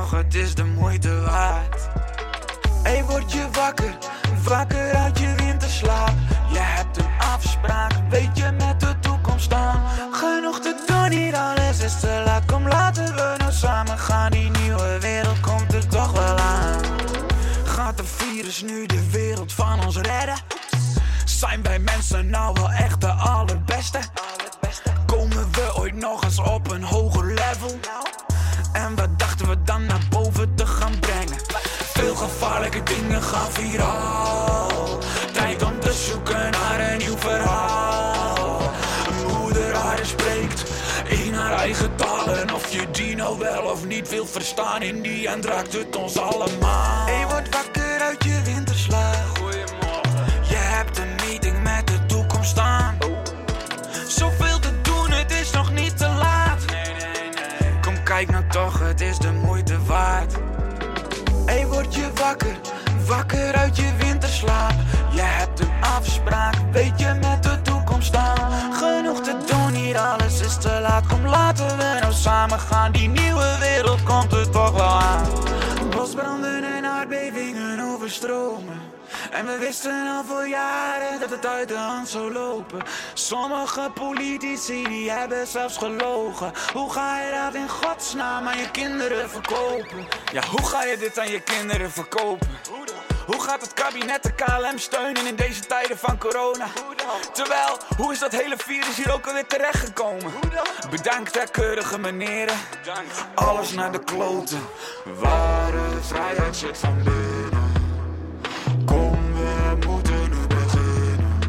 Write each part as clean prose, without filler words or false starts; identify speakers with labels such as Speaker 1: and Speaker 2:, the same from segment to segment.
Speaker 1: toch, het is de moeite waard. Hey, word je wakker, wakker uit je winterslaap. Je hebt een afspraak, weet je, met de toekomst aan. Genoeg te doen hier, alles is te laat. Kom, laten we nou samen gaan. Die nieuwe wereld komt er toch wel aan. Gaat de virus nu de wereld van ons redden? Zijn wij mensen nou wel echt de allerbeste? Komen we ooit nog eens op een hoger level? En wat dachten we dan naar boven te gaan brengen? Veel gevaarlijke dingen gaan viraal. Tijd om te zoeken naar een nieuw verhaal. Een moeder aarde spreekt in haar eigen talen. Of je die nou wel of niet wil verstaan, in die end raakt het ons allemaal. Hey, word wakker uit je winterslaap. Goedemorgen. Je hebt een meeting met de toekomst aan. Zoveel te doen, het is nog niet te laat. Nee. Kom, kijk nou toch, het is de moeite waard. Hey, word je wakker, wakker uit je winterslaap. Je hebt een afspraak, weet je, met de toekomst aan. Genoeg te doen hier, alles is te laat. Kom, laten we nou samen gaan. Die nieuwe wereld komt er toch wel aan. Bosbranden en aardbevingen overstromen. En we wisten al voor jaren dat het uit de hand zou lopen. Sommige politici die hebben zelfs gelogen. Hoe ga je dat in godsnaam aan je kinderen verkopen? Ja, hoe ga je dit aan je kinderen verkopen? Hoe gaat het kabinet de KLM steunen in deze tijden van corona? Terwijl, hoe is dat hele virus hier ook alweer terechtgekomen? Bedankt hè, keurige meneren. Alles naar de kloten. Waar de vrijheid zit van binnen. Kom, we moeten nu beginnen.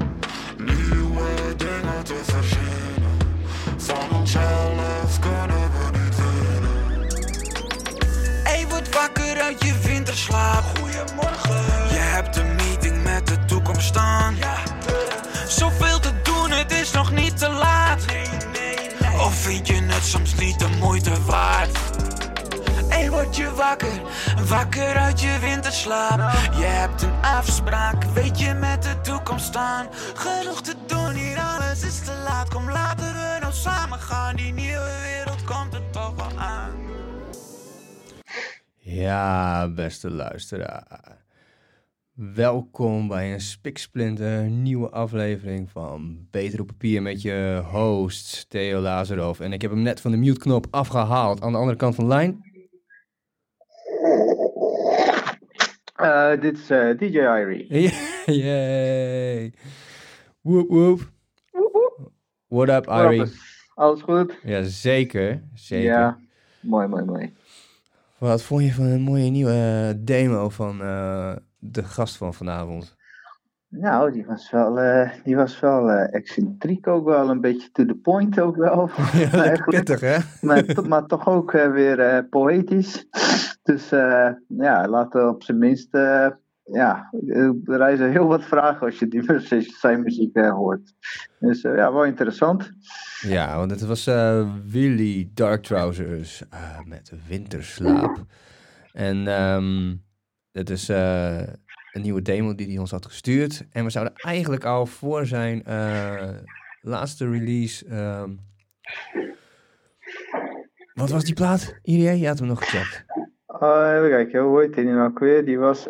Speaker 1: Nieuwe dingen te verzinnen. Van onszelf kunnen we niet winnen. Hey, word wakker uit je winterslaap. Goedemorgen. Je hebt een meeting met de toekomst staan. Ja. Zoveel te doen, het is nog niet te laat. Nee. Of vind je het soms niet de moeite waard? Hey, word je wakker, wakker uit je winterslaap. Je hebt een afspraak, weet je, met de toekomst staan. Genoeg te doen hier, alles is te laat. Kom, laten we nou samen gaan. Die nieuwe wereld komt er toch wel aan.
Speaker 2: Ja, beste luisteraar. Welkom bij een spiksplinter nieuwe aflevering van Beter op Papier met je host Theo Lazarov. En ik heb hem net van de mute-knop afgehaald aan de andere kant van de lijn.
Speaker 3: Dit is DJ Irie.
Speaker 2: Yay. Woep woep. What up, Irie?
Speaker 3: Alles goed?
Speaker 2: Ja, zeker.
Speaker 3: Ja, mooi.
Speaker 2: Wat vond je van een mooie nieuwe demo van de gast van vanavond?
Speaker 3: Nou, die was wel excentriek ook wel, een beetje to the point ook wel.
Speaker 2: Ja, lekker pittig, hè?
Speaker 3: maar toch ook weer poëtisch. Dus laten we op zijn minst, er reizen heel wat vragen als je zijn muziek hoort. Dus wel interessant.
Speaker 2: Ja, want het was Willy Darktrousers met Winterslaap. En het is een nieuwe demo die hij ons had gestuurd. En we zouden eigenlijk al voor zijn laatste release... wat was die plaat, Irie? Je had hem nog gecheckt.
Speaker 3: Even kijken, hoe heet die nu ook weer? Die was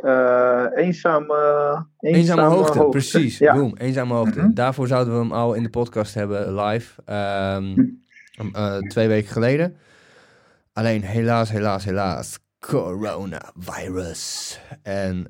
Speaker 3: Eenzame Hoogte.
Speaker 2: Precies.
Speaker 3: Ja.
Speaker 2: Boom, Eenzame Hoogte.
Speaker 3: Mm-hmm.
Speaker 2: Daarvoor zouden we hem al in de podcast hebben live. 2 weken geleden. Alleen helaas. Coronavirus. En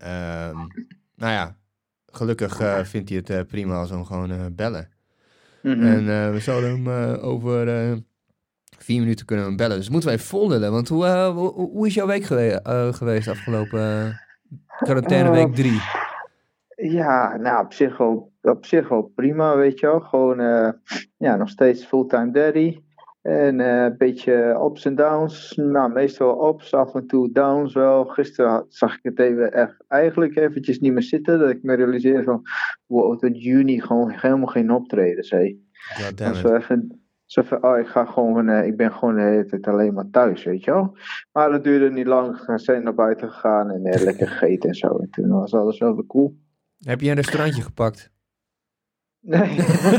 Speaker 2: gelukkig vindt hij het prima als we hem gewoon bellen.
Speaker 3: Mm-hmm.
Speaker 2: En we zouden hem over 4 minuten kunnen we hem bellen. Dus moeten we even vollullen. Want hoe is jouw week geweest afgelopen quarantaineweek 3?
Speaker 3: Ja, nou op zich wel prima, weet je wel. Gewoon nog steeds fulltime daddy. En een beetje ups en downs. Nou, meestal ups, af en toe downs wel. Gisteren zag ik het eigenlijk eventjes niet meer zitten. Dat ik me realiseerde van, wow, tot juni gewoon helemaal geen optredens, hé. Ik ben gewoon de hele tijd alleen maar thuis, weet je wel. Maar dat duurde niet lang. We zijn naar buiten gegaan en lekker gegeten en zo. En toen was alles wel weer cool.
Speaker 2: Heb je een restaurantje gepakt?
Speaker 3: Nee.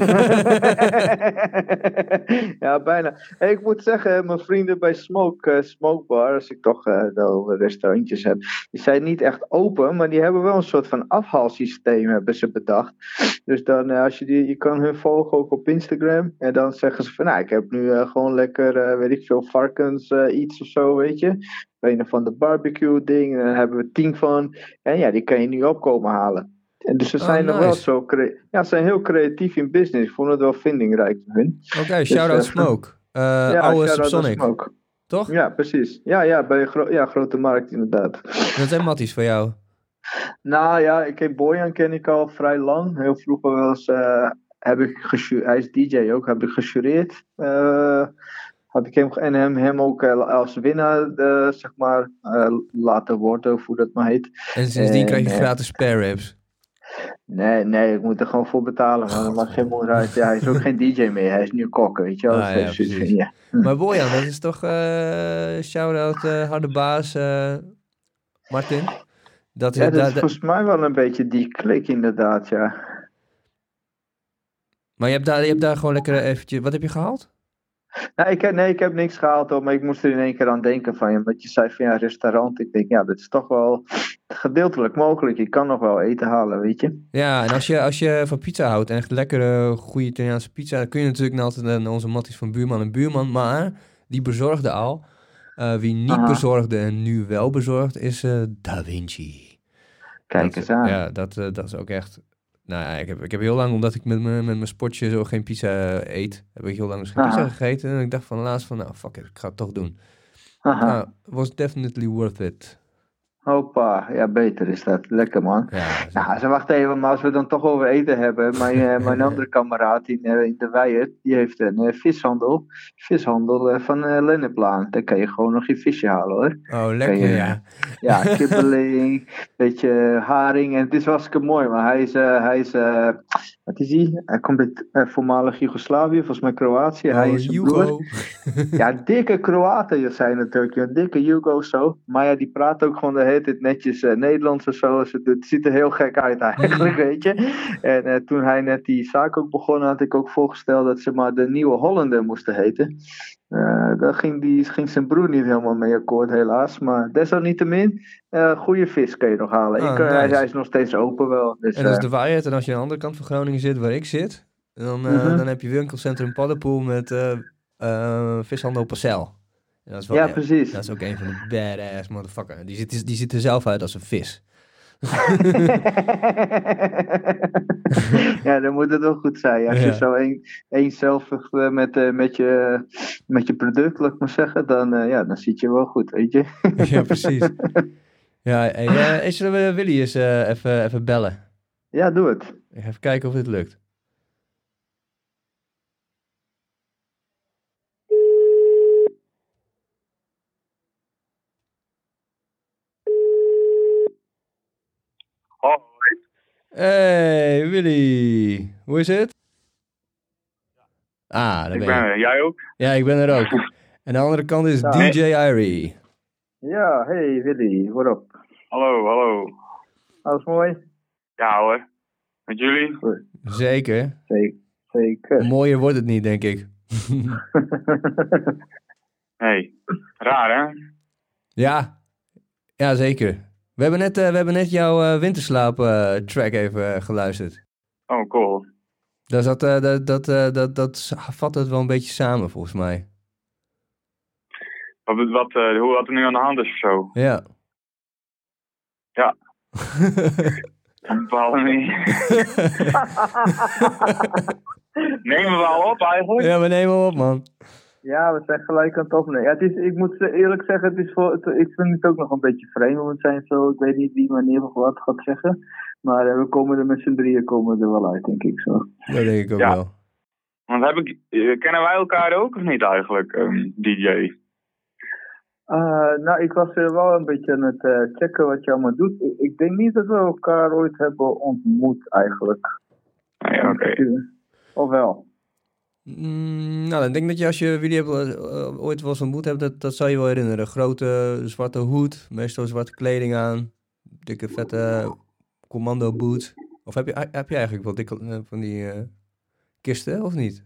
Speaker 3: Ja, bijna. Hey, ik moet zeggen, mijn vrienden bij Smoke Bar, als ik toch over restaurantjes heb, die zijn niet echt open, maar die hebben wel een soort van afhaalsysteem, hebben ze bedacht. Dus dan, als je kan hun volgen ook op Instagram, en dan zeggen ze van, nou, ik heb nu gewoon lekker, weet ik veel, varkens iets of zo, weet je. Een van de barbecue ding, en daar hebben we 10 van, en ja, die kan je nu opkomen halen. En dus ze zijn nog wel
Speaker 2: nice.
Speaker 3: zo ze zijn heel creatief in business. Ik vond het wel vindingrijk van hun.
Speaker 2: Oké, shout-out Smoke. Oude
Speaker 3: shout-out
Speaker 2: Subsonic,
Speaker 3: aan Smoke.
Speaker 2: toch?
Speaker 3: Ja, precies. Ja, bij Grote Markt inderdaad.
Speaker 2: Dat zijn matties voor jou.
Speaker 3: Nou ja, Bojan ken ik al vrij lang. Heel vroeger wel eens heb ik hij is DJ ook, heb ik gejureerd. Had ik hem ook als winnaar, zeg maar, laten worden, of hoe dat maar heet.
Speaker 2: En sindsdien krijg je gratis spare ribs.
Speaker 3: Nee, ik moet er gewoon voor betalen. Maar dat maakt geen moeite uit. Ja, hij is ook geen DJ meer. Hij is nu kok, weet je wel.
Speaker 2: Ah, ja,
Speaker 3: Dus,
Speaker 2: precies.
Speaker 3: ja.
Speaker 2: Maar Bojan, dat is toch shout-out harde baas Martin? Dat
Speaker 3: Ja, dat is volgens mij wel een beetje die klik inderdaad, ja.
Speaker 2: Maar je hebt daar gewoon lekker eventjes... Wat heb je gehaald?
Speaker 3: Nou, ik heb niks gehaald hoor, maar ik moest er in één keer aan denken van je. Want je zei van ja, restaurant. Ik denk ja, dat is toch wel gedeeltelijk mogelijk. Je kan nog wel eten halen, weet je.
Speaker 2: Ja, en als je van pizza houdt en echt lekkere, goede Italiaanse pizza, dan kun je natuurlijk nog altijd naar onze matties van buurman en buurman. Maar die bezorgde al. Wie niet bezorgde en nu wel bezorgd is Da Vinci.
Speaker 3: Kijk eens aan.
Speaker 2: Ja, dat is ook echt... Nou ja, ik heb heel lang, omdat ik met mijn sportje zo geen pizza eet, heb ik heel lang dus geen pizza gegeten. En ik dacht van laatst van, nou fuck it, ik ga het toch doen. Nou, was definitely worth it.
Speaker 3: Hoppa, ja beter is dat. Lekker man.
Speaker 2: Ja,
Speaker 3: nou, ze wacht even, maar als we dan toch over eten hebben. Mijn andere kameraad in de Weijer, die heeft een vishandel. Vishandel van Lenneplaan. Daar kan je gewoon nog je visje halen hoor.
Speaker 2: Oh, lekker ja.
Speaker 3: Ja, kibbeling, beetje haring. En het is hartstikke mooi, maar hij is wat is hij? Hij komt uit voormalig Joegoslavië, volgens mij Kroatië. Hij is een broer. Ja, dikke Kroaten zijn natuurlijk, een dikke Jugo zo. Maar ja, die praat ook gewoon de hele tijd netjes Nederlands of zo. Het ziet er heel gek uit eigenlijk, weet je. En toen hij net die zaak ook begon, had ik ook voorgesteld dat ze maar de Nieuwe Hollander moesten heten. Daar ging zijn broer niet helemaal mee akkoord, helaas. Maar desalniettemin, goede vis kun je nog halen.
Speaker 2: Nice.
Speaker 3: Hij is nog steeds open wel. Dus,
Speaker 2: en dat is de waarheid. En als je aan de andere kant van Groningen zit, waar ik zit, dan heb je winkelcentrum Paddenpoel met vishandel Parcel. Dat is wel,
Speaker 3: precies.
Speaker 2: Dat is ook een van de badass motherfucker. Die ziet er zelf uit als een vis.
Speaker 3: Ja, dan moet het wel goed zijn. Als je zo eenzelvig met je product, laat ik maar zeggen, dan zit je wel goed, weet je.
Speaker 2: Ja, precies. Ja, zullen we Willy eens even bellen?
Speaker 3: Ja, doe het.
Speaker 2: Even kijken of dit lukt. Hey Willy, hoe is het? Ah, daar ben je.
Speaker 4: Jij ook?
Speaker 2: Ja, ik ben er ook. En de andere kant is DJ Irie.
Speaker 3: Ja, hey Willy, what up?
Speaker 4: Hallo.
Speaker 3: Alles mooi?
Speaker 4: Ja hoor. Met jullie?
Speaker 2: Zeker.
Speaker 3: Zeker.
Speaker 2: Mooier wordt het niet, denk ik.
Speaker 4: Hey, raar hè?
Speaker 2: Ja, zeker. We hebben net jouw winterslaap track even geluisterd.
Speaker 4: Oh, cool.
Speaker 2: Dat vat het wel een beetje samen, volgens mij.
Speaker 4: Wat er nu aan de hand is of zo?
Speaker 2: Ja.
Speaker 4: Ja. Bepaalde niet. Nemen we al op eigenlijk?
Speaker 2: Ja, we nemen op, man.
Speaker 3: Ja, we zijn gelijk aan het opnemen. Ja, ik moet eerlijk zeggen, ik vind het ook nog een beetje vreemd om het zijn zo. Ik weet niet wie wanneer of wat gaat zeggen. Maar we komen er met z'n drieën er wel uit, denk ik zo.
Speaker 2: Dat denk ik ook wel.
Speaker 4: Want kennen wij elkaar ook of niet eigenlijk, DJ?
Speaker 3: Nou, ik was wel een beetje aan het checken wat je allemaal doet. Ik denk niet dat we elkaar ooit hebben ontmoet eigenlijk.
Speaker 4: Ja, oké.
Speaker 3: Of wel?
Speaker 2: Nou, ik denk dat als je Willy ooit wel eens ontmoet hebt, dat zou je wel herinneren. Grote zwarte hoed, meestal zwarte kleding aan, dikke vette commando boots. Of heb je eigenlijk wel dikke van die kisten, of niet?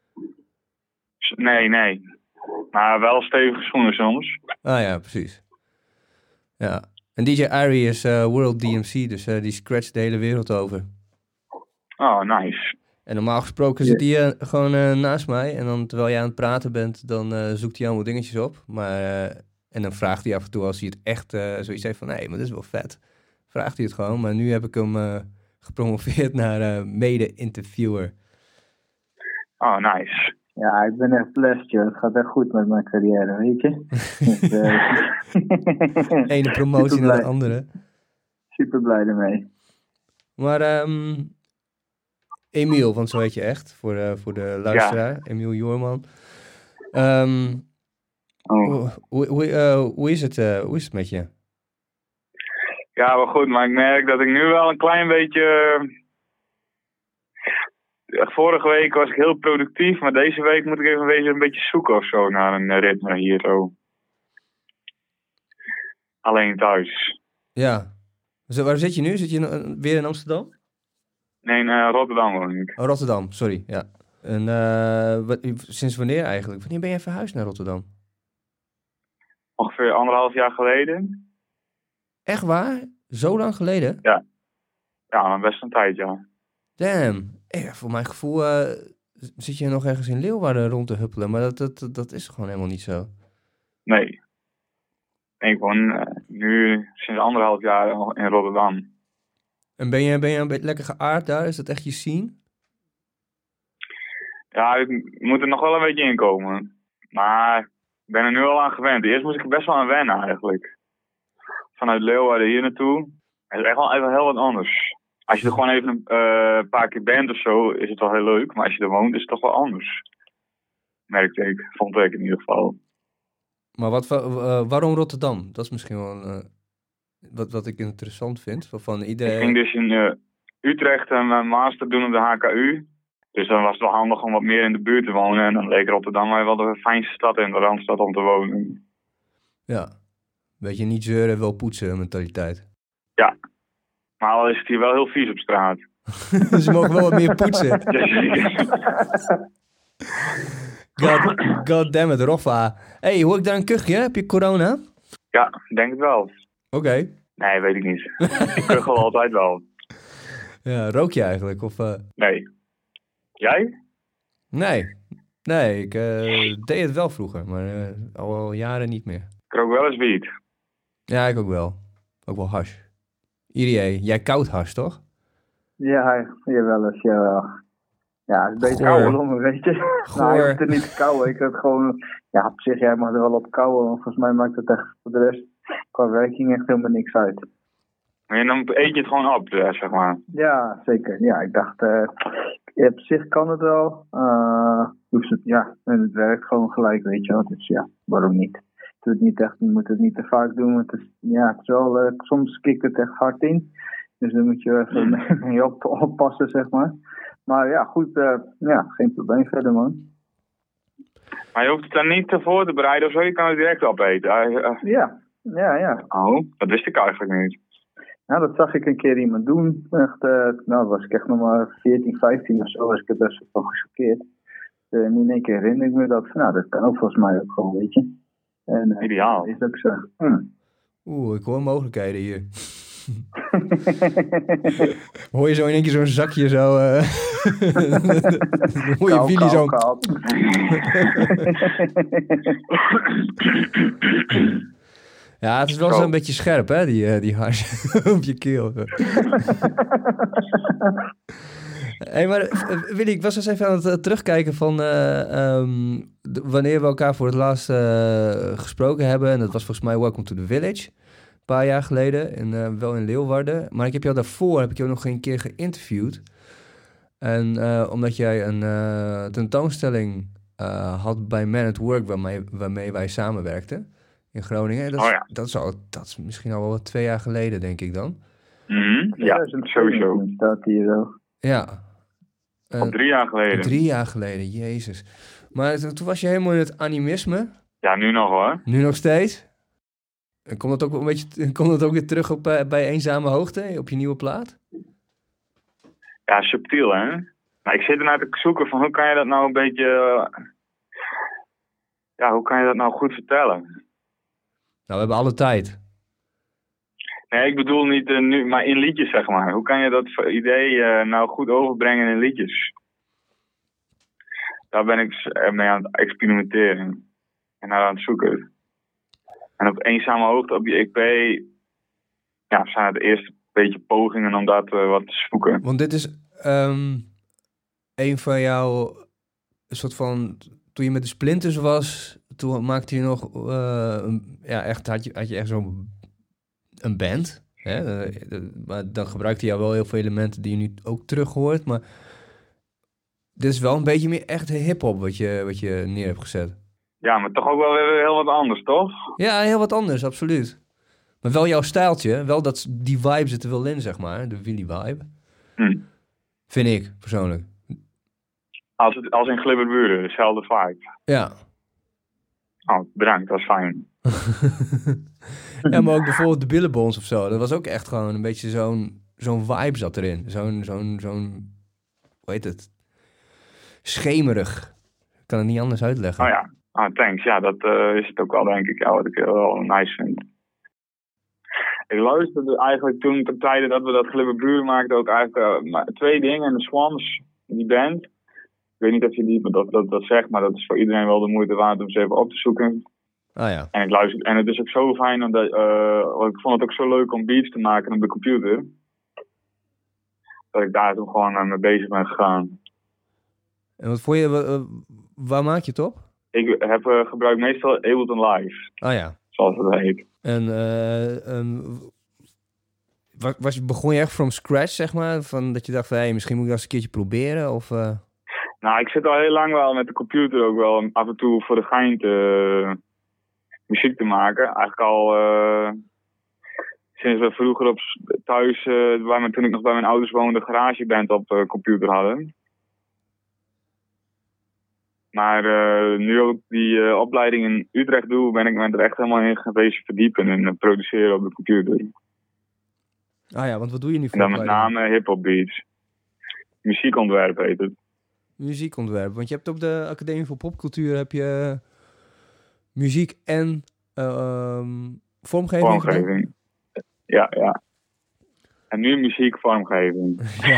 Speaker 4: Nee. Maar wel stevige schoenen soms.
Speaker 2: Ah ja, precies. Ja. En DJ Irie is World DMC, dus die scratcht de hele wereld over.
Speaker 4: Oh, nice.
Speaker 2: En normaal gesproken zit hij gewoon naast mij. En dan terwijl jij aan het praten bent, dan zoekt hij allemaal dingetjes op. En dan vraagt hij af en toe als hij het echt zoiets heeft van... Nee, maar dit is wel vet. Vraagt hij het gewoon. Maar nu heb ik hem gepromoveerd naar mede-interviewer.
Speaker 4: Oh, nice.
Speaker 3: Ja, ik ben echt blessed, joh. Het gaat echt goed met mijn carrière, weet je. Dus,
Speaker 2: Ene promotie naar de andere.
Speaker 3: Super blij ermee.
Speaker 2: Maar Emiel, want zo heet je echt, voor de luisteraar. Ja. Emiel Joorman. Hoe is het met je?
Speaker 4: Ja, wel goed, maar ik merk dat ik nu wel een klein beetje... Vorige week was ik heel productief, maar deze week moet ik even een beetje zoeken of zo naar een ritme hier zo. Alleen thuis.
Speaker 2: Ja. Dus waar zit je nu? Zit je weer in Amsterdam?
Speaker 4: Nee, in Rotterdam woon ik.
Speaker 2: Oh, Rotterdam, sorry. Ja. En sinds wanneer eigenlijk? Wanneer ben jij verhuisd naar Rotterdam?
Speaker 4: Ongeveer 1,5 jaar geleden.
Speaker 2: Echt waar? Zo lang geleden?
Speaker 4: Ja. Ja, best een tijd, ja.
Speaker 2: Damn. Voor mijn gevoel zit je nog ergens in Leeuwarden rond te huppelen, maar dat is gewoon helemaal niet zo.
Speaker 4: Nee. Ik woon nu sinds 1,5 jaar in Rotterdam.
Speaker 2: En ben je een beetje lekker geaard daar? Is dat echt je scene?
Speaker 4: Ja, ik moet er nog wel een beetje in komen. Maar ik ben er nu al aan gewend. Eerst moest ik er best wel aan wennen eigenlijk. Vanuit Leeuwarden hier naartoe. Het is echt wel even heel wat anders. Als je er gewoon even een paar keer bent of zo, is het wel heel leuk. Maar als je er woont, is het toch wel anders. Merkte ik. Vond ik in ieder geval.
Speaker 2: Maar waarom Rotterdam? Dat is misschien wel wat ik interessant vind. Van iedereen...
Speaker 4: Ik ging dus in Utrecht een master doen op de HKU. Dus dan was het wel handig om wat meer in de buurt te wonen. En dan leek Rotterdam wel de fijnste stad in de Randstad om te wonen.
Speaker 2: Ja. Beetje niet zeuren, wel poetsen mentaliteit. Ja.
Speaker 4: Maar al is het hier wel heel vies op straat.
Speaker 2: Ze mogen wel wat meer poetsen. God damn it, Roffa. Hey, hoor ik daar een kuchje? Heb je corona?
Speaker 4: Ja, denk het wel.
Speaker 2: Oké.
Speaker 4: Nee, weet ik niet. Ik kuchel altijd wel.
Speaker 2: Ja, rook je eigenlijk? Of,
Speaker 4: Nee. Jij?
Speaker 2: Nee, ik deed het wel vroeger, maar al jaren niet meer.
Speaker 4: Ik rook wel eens wiet.
Speaker 2: Ja, ik ook wel. Ook wel hash. Irie, jij koud hash, toch?
Speaker 3: Ja, jawel eens, jawel. Ja, het is een beetje koude longen, weet je. Nou, je hoeft het niet te kauwen. Ik heb gewoon... Ja, op zich, jij mag er wel op kauwen. Want volgens mij maakt het echt voor de rest qua werking echt helemaal niks uit.
Speaker 4: En dan eet je het gewoon op, zeg maar.
Speaker 3: Ja, zeker. Ja, ik dacht... op zich kan het wel. Ja, en het werkt gewoon gelijk, weet je wel. Dus ja, waarom niet? Je moet het niet te vaak doen. Het is wel... soms kikt het echt hard in. Dus dan moet je even mee oppassen, zeg maar. Maar ja, goed, geen probleem verder, man.
Speaker 4: Maar je hoeft het dan niet te voor te bereiden of zo, je kan het direct opeten.
Speaker 3: Ja.
Speaker 4: Oh, dat wist ik eigenlijk niet.
Speaker 3: Nou, dat zag ik een keer iemand doen. Echt, was ik echt nog maar 14, 15 of zo, was ik er best wel gechoqueerd. In één keer herinner ik me dat kan ook volgens mij ook gewoon, weet je. En,
Speaker 4: ideaal.
Speaker 3: Is ook zo.
Speaker 2: Ik hoor mogelijkheden hier. Hoor je zo in één keer zo'n zakje zo... hoor je Willy zo... Ja, het is wel zo'n beetje scherp, hè, die hash op je keel. Hey, maar Willy, ik was eens even aan het terugkijken van wanneer we elkaar voor het laatst gesproken hebben. En dat was volgens mij Welcome to the Village. Een paar jaar geleden, wel in Leeuwarden. Maar ik heb jou daarvoor nog geen keer geïnterviewd. En omdat jij een tentoonstelling had bij Man at Work waarmee wij samenwerkten in Groningen. Dat is misschien al wel 2 jaar geleden, denk ik dan.
Speaker 4: Mm-hmm. Ja, sowieso.
Speaker 3: Staat hier zo.
Speaker 2: Ja.
Speaker 4: Al 3 jaar geleden.
Speaker 2: 3 jaar geleden, jezus. Maar toen was je helemaal in het animisme.
Speaker 4: Ja, nu nog hoor.
Speaker 2: Nu nog steeds. En komt dat ook weer terug op bij Eenzame Hoogte, op je nieuwe plaat?
Speaker 4: Ja, subtiel, hè? Maar ik zit ernaar te zoeken van hoe kan je dat nou een beetje... hoe kan je dat nou goed vertellen?
Speaker 2: Nou, we hebben alle tijd.
Speaker 4: Nee, ik bedoel niet nu, maar in liedjes, zeg maar. Hoe kan je dat idee nou goed overbrengen in liedjes? Daar ben ik mee aan het experimenteren. En naar aan het zoeken. En op Eenzame Hoogte, op die EP... Ja, zijn het eerste beetje pogingen om dat wat te zoeken.
Speaker 2: Want dit is een van jouw... Een soort van... Toen je met de Splinters was... Toen maakte je nog... had je echt zo'n... Een band. Hè? Maar dan gebruikte je wel heel veel elementen die je nu ook terug hoort. Maar dit is wel een beetje meer echt hiphop wat je neer hebt gezet.
Speaker 4: Ja, maar toch ook wel weer heel wat anders, toch?
Speaker 2: Ja, heel wat anders, absoluut. Maar wel jouw stijltje. Wel die vibe zit er wel in, zeg maar. De Willy vibe. Vind ik, persoonlijk.
Speaker 4: Als in Glibberburen, dezelfde vibe.
Speaker 2: Ja.
Speaker 4: Oh, bedankt, dat is fijn.
Speaker 2: Ja, maar ook bijvoorbeeld de Billabons of zo. Dat was ook echt gewoon een beetje zo'n vibe zat erin. Zo'n, hoe heet het? Schemerig. Ik kan het niet anders uitleggen.
Speaker 4: Oh ja, thanks. Ja, dat is het ook wel, denk ik. Ja, wat ik wel nice vind. Ik luisterde eigenlijk toen, ten tijde dat we dat Glibberburen maakten, ook eigenlijk 2 dingen. De Swans, die band. Ik weet niet of je dat zegt, maar dat is voor iedereen wel de moeite waard om ze even op te zoeken.
Speaker 2: Ah ja.
Speaker 4: En ik luister, en het is ook zo fijn, omdat ik vond het ook zo leuk om beats te maken op de computer. Dat ik daar toen gewoon mee bezig ben gegaan.
Speaker 2: En wat vond je, waar maak je het op?
Speaker 4: Ik heb gebruikt meestal Ableton Live.
Speaker 2: Ah ja.
Speaker 4: Zoals het heet.
Speaker 2: En begon je echt from scratch, zeg maar? Van dat je dacht van, hey, misschien moet ik dat eens een keertje proberen? Of,
Speaker 4: Nou, ik zit al heel lang wel met de computer ook wel af en toe voor de gein muziek te maken. Eigenlijk al sinds we vroeger thuis, toen ik nog bij mijn ouders woonde, een garageband op computer hadden. Maar nu ook die opleiding in Utrecht doe, ben ik me er echt helemaal in geweest verdiepen en produceren op de computer.
Speaker 2: Ah ja, want wat doe je nu voor
Speaker 4: en dan met name hip-hop beats. Muziekontwerp heet het.
Speaker 2: Muziekontwerp, want je hebt op de Academie voor Popcultuur heb je muziek en vormgeving.
Speaker 4: Vormgeving. Ja. En nu muziek, vormgeving.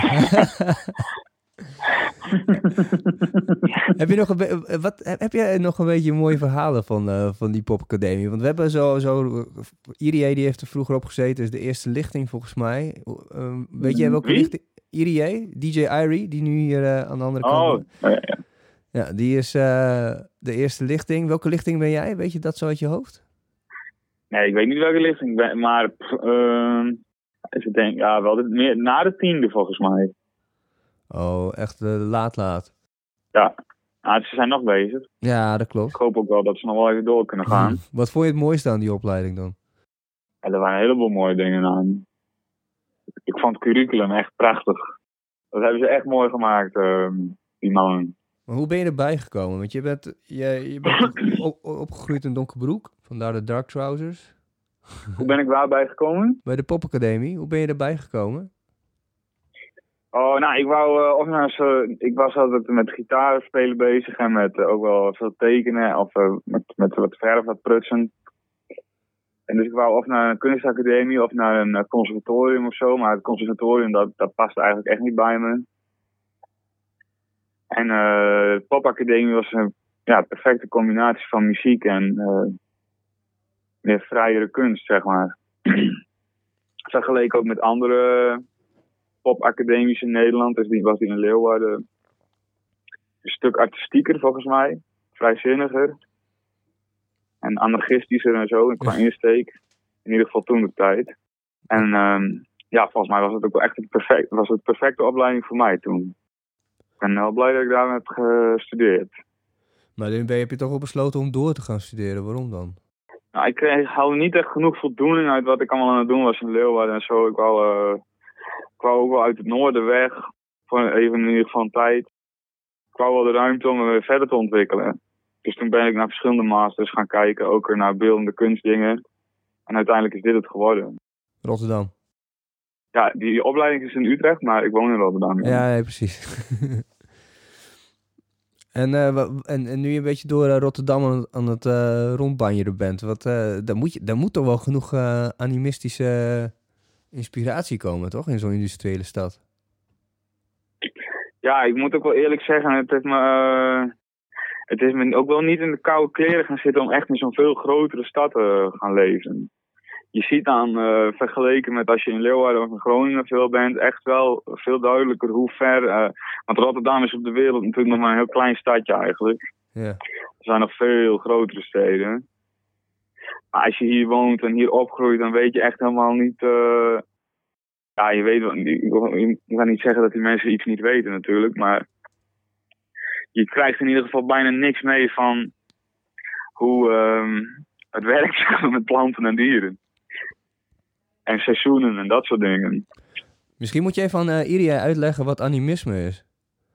Speaker 2: Heb jij nog een beetje mooie verhalen van die popacademie? Want we hebben zo Irie, die heeft er vroeger op gezeten, is de eerste lichting volgens mij. Weet jij welke lichting? Irie, DJ Irie, die nu hier aan de andere kant.
Speaker 4: Ja.
Speaker 2: Ja, die is de eerste lichting. Welke lichting ben jij? Weet je dat zo uit je hoofd?
Speaker 4: Nee, ik weet niet welke lichting ik ben, maar ik denk, ja, wel meer na de 10e volgens mij.
Speaker 2: Oh, echt laat.
Speaker 4: Ja, ze zijn nog bezig.
Speaker 2: Ja, dat klopt.
Speaker 4: Ik hoop ook wel dat ze nog wel even door kunnen gaan.
Speaker 2: Wat vond je het mooiste aan die opleiding dan?
Speaker 4: Ja, er waren een heleboel mooie dingen aan. Ik vond het curriculum echt prachtig. Dat hebben ze echt mooi gemaakt, die mannen.
Speaker 2: Maar hoe ben je erbij gekomen? Want je bent opgegroeid in Donkerbroek, vandaar de Dark Trousers.
Speaker 4: Hoe ben ik daarbij gekomen?
Speaker 2: Bij de Popacademie. Hoe ben je erbij gekomen?
Speaker 4: Oh, nou, ik was altijd met gitaar spelen bezig en met ook wel veel tekenen of met wat verf, wat prutsen. En dus ik wou of naar een kunstacademie of naar een conservatorium of zo, maar het conservatorium dat past eigenlijk echt niet bij me. En de popacademie was een perfecte combinatie van muziek en meer vrijere kunst, zeg maar. Vergeleken ook met andere popacademies in Nederland, dus was die in Leeuwarden een stuk artistieker volgens mij, vrijzinniger en anarchistischer en zo, qua insteek. In ieder geval toen de tijd. En volgens mij was het ook wel echt de perfecte opleiding voor mij toen. Ik ben wel blij dat ik daar heb gestudeerd.
Speaker 2: Maar nu heb je toch wel besloten om door te gaan studeren. Waarom dan?
Speaker 4: Nou, ik haalde niet echt genoeg voldoening uit wat ik allemaal aan het doen was in Leeuwarden en zo. Ik wou ook wel uit het noorden weg, voor even in ieder geval een tijd. Ik wou wel de ruimte om me weer verder te ontwikkelen. Dus toen ben ik naar verschillende masters gaan kijken, ook naar beeldende kunstdingen. En uiteindelijk is dit het geworden.
Speaker 2: Rotterdam?
Speaker 4: Ja, die opleiding is in Utrecht, maar ik woon in Rotterdam.
Speaker 2: Ja, precies. En nu je een beetje door Rotterdam aan het rondbanjeren bent, daar moet toch wel genoeg animistische inspiratie komen, toch? In zo'n industriële stad.
Speaker 4: Ja, ik moet ook wel eerlijk zeggen, het is me ook wel niet in de koude kleren gaan zitten om echt in zo'n veel grotere stad te gaan leven. Je ziet dan, vergeleken met als je in Leeuwarden of in Groningen veel bent, echt wel veel duidelijker hoe ver... want Rotterdam is op de wereld natuurlijk nog maar een heel klein stadje eigenlijk.
Speaker 2: Ja.
Speaker 4: Er zijn nog veel grotere steden. Maar als je hier woont en hier opgroeit, dan weet je echt helemaal niet... ja, je weet wel, ik kan niet zeggen dat die mensen iets niet weten natuurlijk, maar je krijgt in ieder geval bijna niks mee van hoe het werkt met planten en dieren. En seizoenen en dat soort dingen.
Speaker 2: Misschien moet je even aan Iria uitleggen wat animisme is.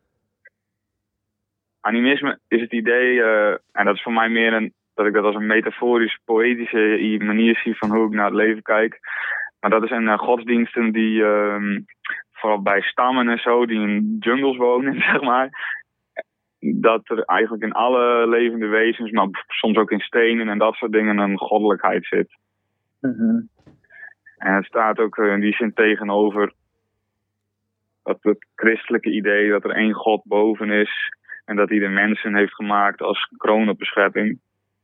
Speaker 4: Animisme is het idee, en dat is voor mij meer dat ik dat als een metaforisch, poëtische manier zie van hoe ik naar het leven kijk. Maar dat is een godsdiensten die, vooral bij stammen en zo, die in jungles wonen, zeg maar. Dat er eigenlijk in alle levende wezens, maar soms ook in stenen en dat soort dingen, een goddelijkheid zit.
Speaker 3: Mhm.
Speaker 4: En het staat ook in die zin tegenover het christelijke idee dat er één God boven is en dat hij de mensen heeft gemaakt als kroon op de schepping.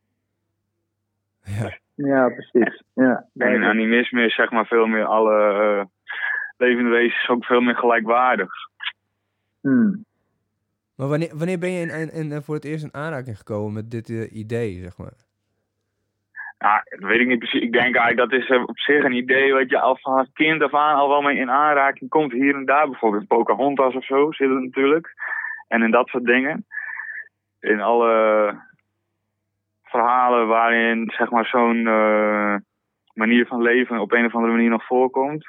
Speaker 2: Ja,
Speaker 3: Ja, precies. Ja.
Speaker 4: En in animisme is zeg maar veel meer alle levende wezens ook veel meer gelijkwaardig.
Speaker 3: Hmm.
Speaker 2: Maar wanneer ben je voor het eerst in aanraking gekomen met dit idee, zeg maar?
Speaker 4: Ja, dat weet ik niet precies. Ik denk eigenlijk dat is op zich een idee wat je al van kind af aan al wel mee in aanraking komt. Hier en daar, bijvoorbeeld Pocahontas of zo zit het natuurlijk. En in dat soort dingen. In alle verhalen waarin zeg maar zo'n manier van leven op een of andere manier nog voorkomt.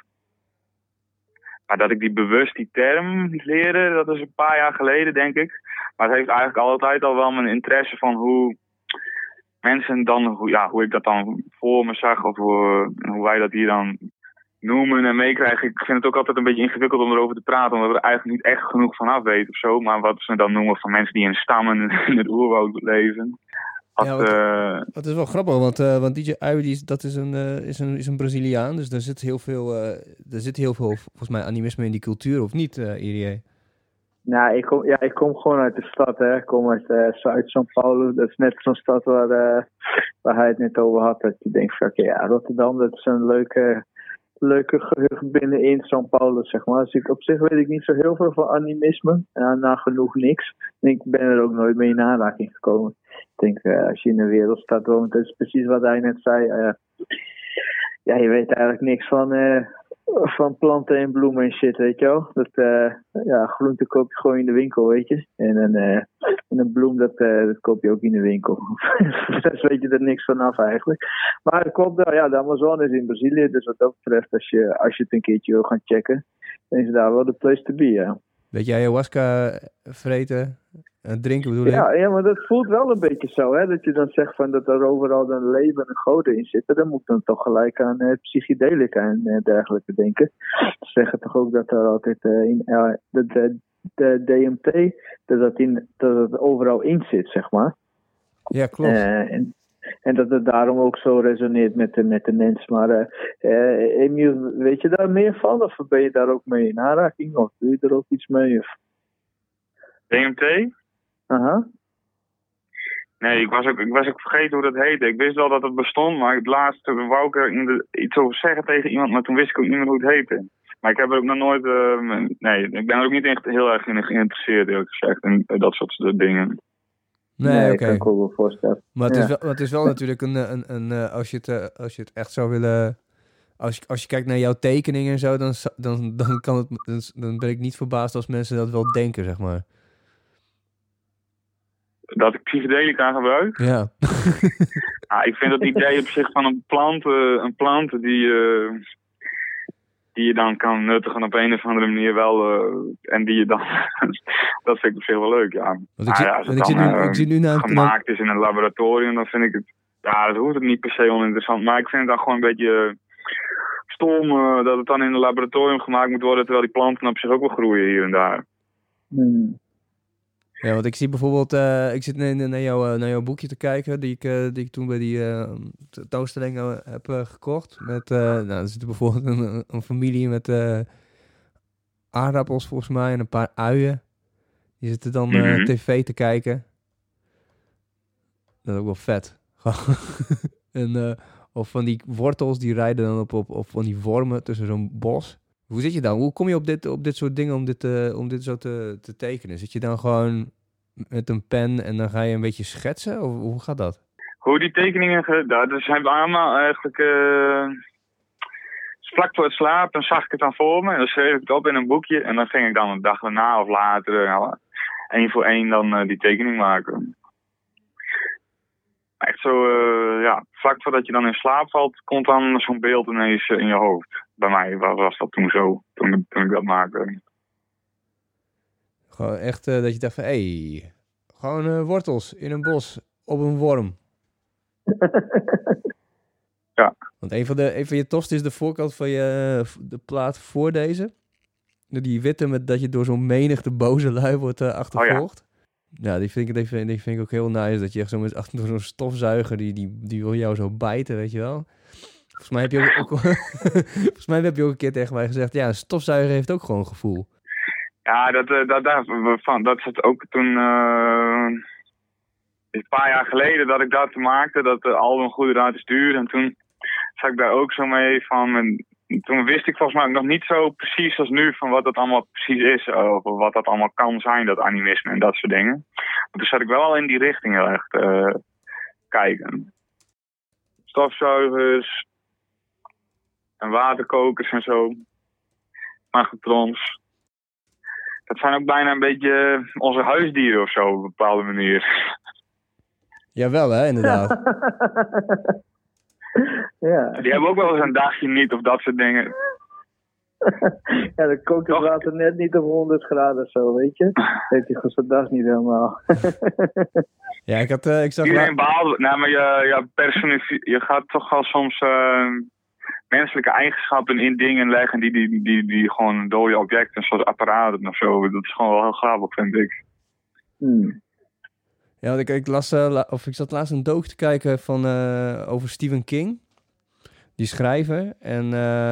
Speaker 4: Maar dat ik die term leerde, dat is een paar jaar geleden denk ik. Maar het heeft eigenlijk altijd al wel mijn interesse van hoe mensen dan, hoe ik dat dan voor me zag of hoe wij dat hier dan noemen en meekrijgen. Ik vind het ook altijd een beetje ingewikkeld om erover te praten, omdat we er eigenlijk niet echt genoeg van af weten of zo. Maar wat ze dan noemen van mensen die in stammen in het oerwoud leven.
Speaker 2: Het is wel grappig, want DJ Ivy, dat is een Braziliaan, dus daar zit heel veel volgens mij animisme in die cultuur, of niet, Irie?
Speaker 3: Nou, ik kom gewoon uit de stad, hè. Ik kom uit Zuid-São Paulo. Dat is net zo'n stad waar hij het net over had. Dat je denkt van, oké, Rotterdam, dat is een leuke gehucht binnenin São Paulo, zeg maar. Dus op zich weet ik niet zo heel veel van animisme. Nagenoeg niks. En ik ben er ook nooit mee in aanraking gekomen. Ik denk, als je in een wereldstad woont, dat is precies wat hij net zei. Ja, je weet eigenlijk niks van planten en bloemen en shit, weet je wel. Groente koop je gewoon in de winkel, weet je. En een bloem, dat koop je ook in de winkel. Dus weet je er niks vanaf eigenlijk. Maar het klopt wel, ja, de Amazone is in Brazilië. Dus wat dat betreft, als je het een keertje wil gaan checken, dan is daar wel de place to be, ja.
Speaker 2: Weet je, ayahuasca vreten, drinken bedoel ik?
Speaker 3: Ja, maar dat voelt wel een beetje zo, hè. Dat je dan zegt van dat er overal een leven en goden in zitten. Dan moet dan toch gelijk aan psychedelica en dergelijke denken. Ze zeggen toch ook dat er altijd de DMT, dat het overal in zit, zeg maar.
Speaker 2: Ja, klopt.
Speaker 3: En dat het daarom ook zo resoneert met de mens. Maar Emiel, weet je daar meer van? Of ben je daar ook mee in aanraking? Of doe je er ook iets mee? Of?
Speaker 4: DMT?
Speaker 3: Aha.
Speaker 4: Nee, ik was ook vergeten hoe dat heette. Ik wist wel dat het bestond, maar het laatste wou ik er iets over zeggen tegen iemand, maar toen wist ik ook niet meer hoe het heette. Maar ik heb er ook nog nooit... ik ben er ook niet echt heel erg in geïnteresseerd, eerlijk gezegd, in dat soort dingen.
Speaker 2: Nee, oké.
Speaker 3: Kan ik ook wel voorstellen.
Speaker 2: Maar het is wel natuurlijk als je het echt zou willen... Als je kijkt naar jouw tekeningen en zo, dan ben ik niet verbaasd als mensen dat wel denken, zeg maar.
Speaker 4: Dat ik psychedelica gebruik?
Speaker 2: Ja.
Speaker 4: Ik vind het idee op zich van een plant die je dan kan nuttigen op een of andere manier wel. En die je dan... dat vind ik op zich wel leuk, ja.
Speaker 2: Ik zie nu
Speaker 4: gemaakt is in een laboratorium, dan vind ik het... Ja, dat hoeft het niet per se oninteressant. Maar ik vind het dan gewoon een beetje stom dat het dan in een laboratorium gemaakt moet worden, terwijl die planten op zich ook wel groeien hier en daar.
Speaker 2: Ja, want ik zie bijvoorbeeld, ik zit naar jouw boekje te kijken, die ik toen bij die tentoonstelling heb gekocht. Met, nou, er zit bijvoorbeeld een familie met aardappels volgens mij en een paar uien. Die zitten dan tv te kijken. Dat is ook wel vet. En, of van die wortels die rijden dan op van die wormen tussen zo'n bos. Hoe zit je dan? Hoe kom je op dit soort dingen om dit zo te tekenen? Zit je dan gewoon met een pen en dan ga je een beetje schetsen? Of hoe gaat dat?
Speaker 4: Hoe die tekeningen... Dat zijn allemaal eigenlijk... vlak voor het slapen, dan zag ik het dan voor me. En dan schreef ik het op in een boekje. En dan ging ik dan een dag daarna of later... één voor één dan die tekening maken. Echt zo, vlak voordat je dan in slaap valt, komt dan zo'n beeld ineens in je hoofd. Bij mij was dat toen zo, toen ik dat maakte.
Speaker 2: Gewoon echt dat je dacht van, gewoon wortels in een bos op een worm.
Speaker 4: Ja.
Speaker 2: Want een van je tofste is de voorkant van de plaat voor deze. Die witte met dat je door zo'n menigte boze lui wordt achtervolgd. Ja, die vind ik ook heel nice. Dat je echt zo met achter zo'n stofzuiger, die wil jou zo bijten, weet je wel. Volgens mij heb je ook een keer tegen mij gezegd, ja, een stofzuiger heeft ook gewoon gevoel.
Speaker 4: Ja, dat zat ook toen... een paar jaar geleden dat ik dat maakte, dat album Goede Raad is Duur. En toen zat ik daar ook zo mee van... Toen wist ik volgens mij nog niet zo precies als nu van wat dat allemaal precies is. Of wat dat allemaal kan zijn, dat animisme en dat soort dingen. Maar toen zat ik wel al in die richting heel erg te kijken. Stofzuigers en waterkokers en zo. Magnetrons. Dat zijn ook bijna een beetje onze huisdieren of zo op een bepaalde manier.
Speaker 2: Jawel hè, inderdaad.
Speaker 3: Ja.
Speaker 4: Die hebben ook wel eens een dagje niet of dat soort dingen.
Speaker 3: Ja, dan kookt het water net niet op 100 graden of zo, weet je. Heeft hij gezegd, dat is niet helemaal.
Speaker 2: Ja, ik zag...
Speaker 4: Iedereen behaalt, nou, maar je gaat toch wel soms menselijke eigenschappen in dingen leggen die gewoon dode objecten, zoals apparaten of zo. Dat is gewoon wel heel grappig, vind ik.
Speaker 2: Ja, ik zat laatst een docu te kijken over Stephen King. Die schrijver. En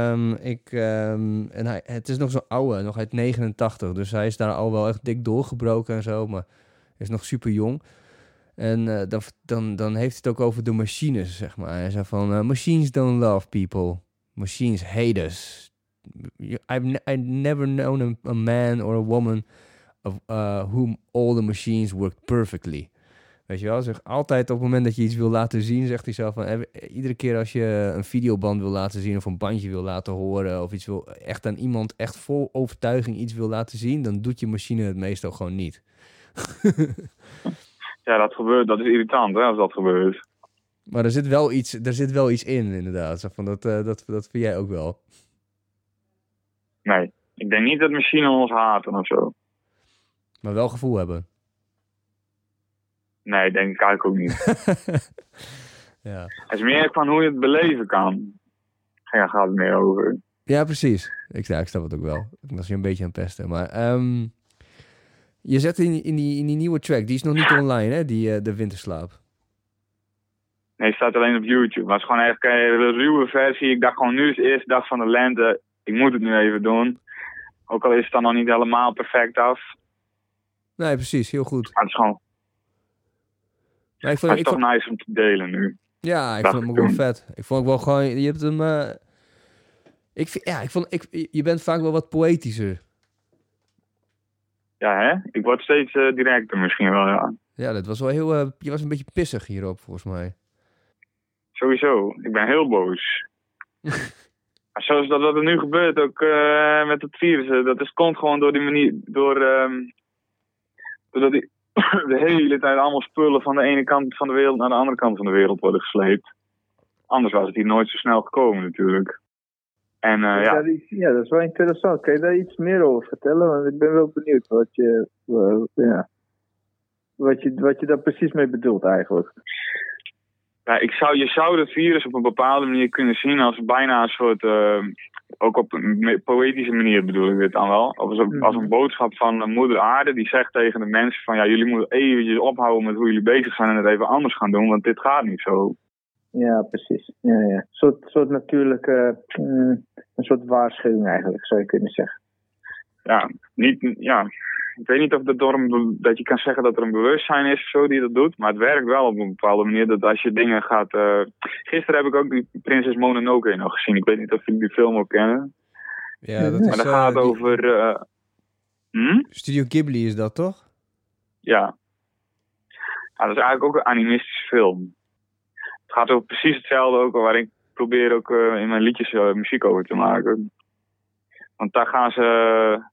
Speaker 2: het is nog zo'n oude, nog uit 89. Dus hij is daar al wel echt dik doorgebroken en zo. Maar is nog super jong. En dan heeft het ook over de machines, zeg maar. Hij zei van, machines don't love people. Machines hate us. I've never known a man or a woman of whom all the machines worked perfectly. Weet je wel, altijd op het moment dat je iets wil laten zien, zegt hij zelf van, iedere keer als je een videoband wil laten zien of een bandje wil laten horen of iets wil, echt aan iemand echt vol overtuiging iets wil laten zien, dan doet je machine het meestal gewoon niet.
Speaker 4: Ja, dat gebeurt, dat is irritant hè, als dat gebeurt.
Speaker 2: Maar er zit wel iets in, inderdaad. Zo van dat vind jij ook wel.
Speaker 4: Nee, ik denk niet dat machines ons haten of zo.
Speaker 2: Maar wel gevoel hebben.
Speaker 4: Nee, denk ik eigenlijk ook niet.
Speaker 2: Ja.
Speaker 4: Het is meer van hoe je het beleven kan. Ja, gaat het meer over.
Speaker 2: Ja, precies. Ik snap het ook wel. Ik was je een beetje aan het pesten. Maar je zet in die nieuwe track, die is nog niet online, hè? De Winterslaap.
Speaker 4: Nee, het staat alleen op YouTube. Maar het is gewoon echt een ruwe versie. Ik dacht gewoon, nu is de eerste dag van de lente. Ik moet het nu even doen. Ook al is het dan nog niet helemaal perfect af.
Speaker 2: Nee, precies. Heel goed.
Speaker 4: Maar het is gewoon...
Speaker 2: Maar
Speaker 4: het is toch nice om te delen nu.
Speaker 2: Ja, ik vond hem ook wel vet. Ik vond ook wel gewoon... Je hebt hem... je bent vaak wel wat poëtischer.
Speaker 4: Ja, hè? Ik word steeds directer misschien wel, ja.
Speaker 2: Ja, dat was wel heel... je was een beetje pissig hierop, volgens mij.
Speaker 4: Sowieso. Ik ben heel boos. Zoals dat wat er nu gebeurt, ook met het virus. Komt gewoon door die manier... Doordat die de hele tijd allemaal spullen van de ene kant van de wereld naar de andere kant van de wereld worden gesleept. Anders was het hier nooit zo snel gekomen natuurlijk. En
Speaker 3: ja, dat is wel interessant. Kan je daar iets meer over vertellen? Want ik ben wel benieuwd wat je daar precies mee bedoelt eigenlijk.
Speaker 4: Ja, je zou het virus op een bepaalde manier kunnen zien als bijna een soort... ook op een poëtische manier bedoel ik dit dan wel. Of als een boodschap van moeder aarde die zegt tegen de mensen van... Ja, jullie moeten eventjes ophouden met hoe jullie bezig zijn en het even anders gaan doen, want dit gaat niet zo.
Speaker 3: Ja, precies. Ja. Een soort natuurlijke... een soort waarschuwing eigenlijk, zou je kunnen zeggen.
Speaker 4: Ja, ik weet niet of dat je kan zeggen dat er een bewustzijn is of zo die dat doet. Maar het werkt wel op een bepaalde manier dat als je dingen gaat... Gisteren heb ik ook die Prinses Mononoke nog gezien. Ik weet niet of jullie die film ook kennen.
Speaker 2: Ja, dat is...
Speaker 4: Maar dat gaat over...
Speaker 2: Studio Ghibli is dat, toch?
Speaker 4: Ja. Dat is eigenlijk ook een animistische film. Het gaat over precies hetzelfde ook, waar ik probeer ook in mijn liedjes muziek over te maken. Want daar gaan ze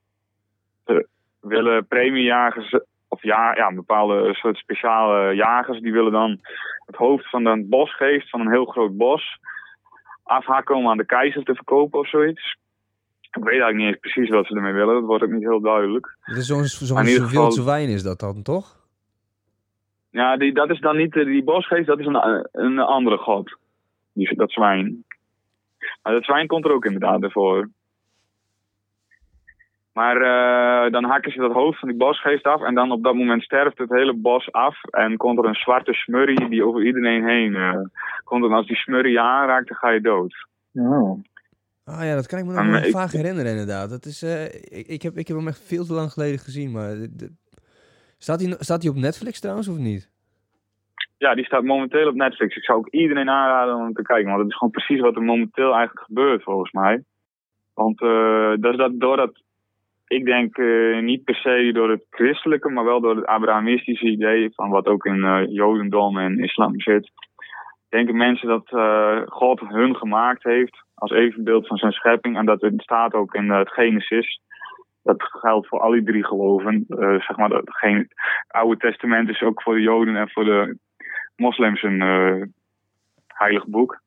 Speaker 4: willen premiejagers, of een bepaalde soort speciale jagers, die willen dan het hoofd van een bosgeest, van een heel groot bos, afhakken om aan de keizer te verkopen of zoiets. Ik weet eigenlijk niet eens precies wat ze ermee willen, dat wordt ook niet heel duidelijk.
Speaker 2: Het is zo'n wildse wijn is dat dan, toch?
Speaker 4: Ja, dat is dan niet die bosgeest, dat is een andere god. Dat zwijn. Maar dat zwijn komt er ook inderdaad ervoor. Maar dan hakken ze dat hoofd van die bosgeest af en dan op dat moment sterft het hele bos af en komt er een zwarte smurrie die over iedereen heen komt. En als die smurrie je aanraakt, dan ga je dood.
Speaker 3: Oh.
Speaker 2: Ah ja, dat kan ik me nog wel vaak herinneren inderdaad. Dat is, ik heb hem echt veel te lang geleden gezien, maar... Staat hij op Netflix trouwens, of niet? Ja, die staat momenteel op Netflix. Ik zou ook iedereen aanraden om te kijken, want dat is gewoon precies wat er momenteel eigenlijk gebeurt, volgens mij. Want doordat, ik denk niet per se door het christelijke, maar wel door het Abrahamistische idee, van wat ook in Jodendom en islam zit, denken mensen dat God hun gemaakt heeft als evenbeeld van zijn schepping, en dat het staat ook in het Genesis. Dat geldt voor alle drie geloven. Zeg maar, het Oude Testament is ook voor de Joden en voor de moslims een heilig boek.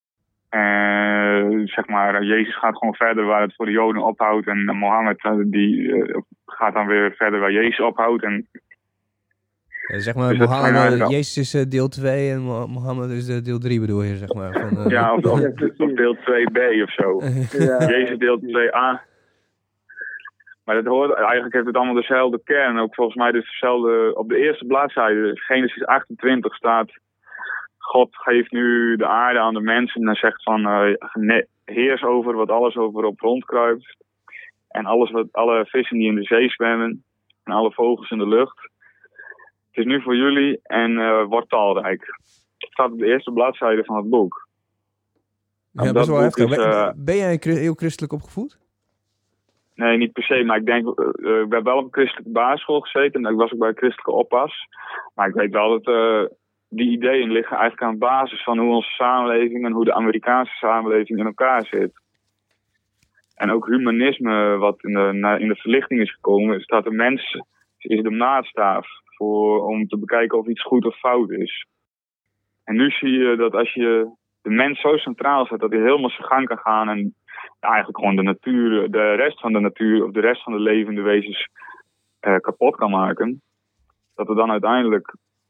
Speaker 2: Zeg maar, Jezus gaat gewoon verder waar het voor de Joden ophoudt. En Mohammed gaat dan weer verder waar Jezus ophoudt. En zeg maar, dus Jezus is deel 2 en Mohammed is deel 3 bedoel je, zeg maar. Van,
Speaker 4: ja, of deel 2b of zo. Ja. Jezus deel 2a. Maar dat eigenlijk heeft het allemaal dezelfde kern. Ook volgens mij dus dezelfde... Op de eerste bladzijde, Genesis 28, staat... God geeft nu de aarde aan de mensen. En hij zegt van... heers over wat alles over op rondkruipt. En alle vissen die in de zee zwemmen. En alle vogels in de lucht. Het is nu voor jullie en wordt talrijk. Het staat op de eerste bladzijde van het boek.
Speaker 2: Ja, best wel heftig. Ben jij heel christelijk opgevoed?
Speaker 4: Nee, niet per se, maar ik denk, ik heb wel op een christelijke basisschool gezeten en ik was ook bij een christelijke oppas. Maar ik weet wel dat die ideeën liggen eigenlijk aan de basis van hoe onze samenleving en hoe de Amerikaanse samenleving in elkaar zit. En ook humanisme, wat in de verlichting is gekomen, staat de mens is de maatstaaf om te bekijken of iets goed of fout is. En nu zie je dat als je de mens zo centraal zet, dat hij helemaal zijn gang kan gaan en eigenlijk gewoon de natuur, de rest van de natuur of de rest van de levende wezens kapot kan maken. Dat er dan uiteindelijk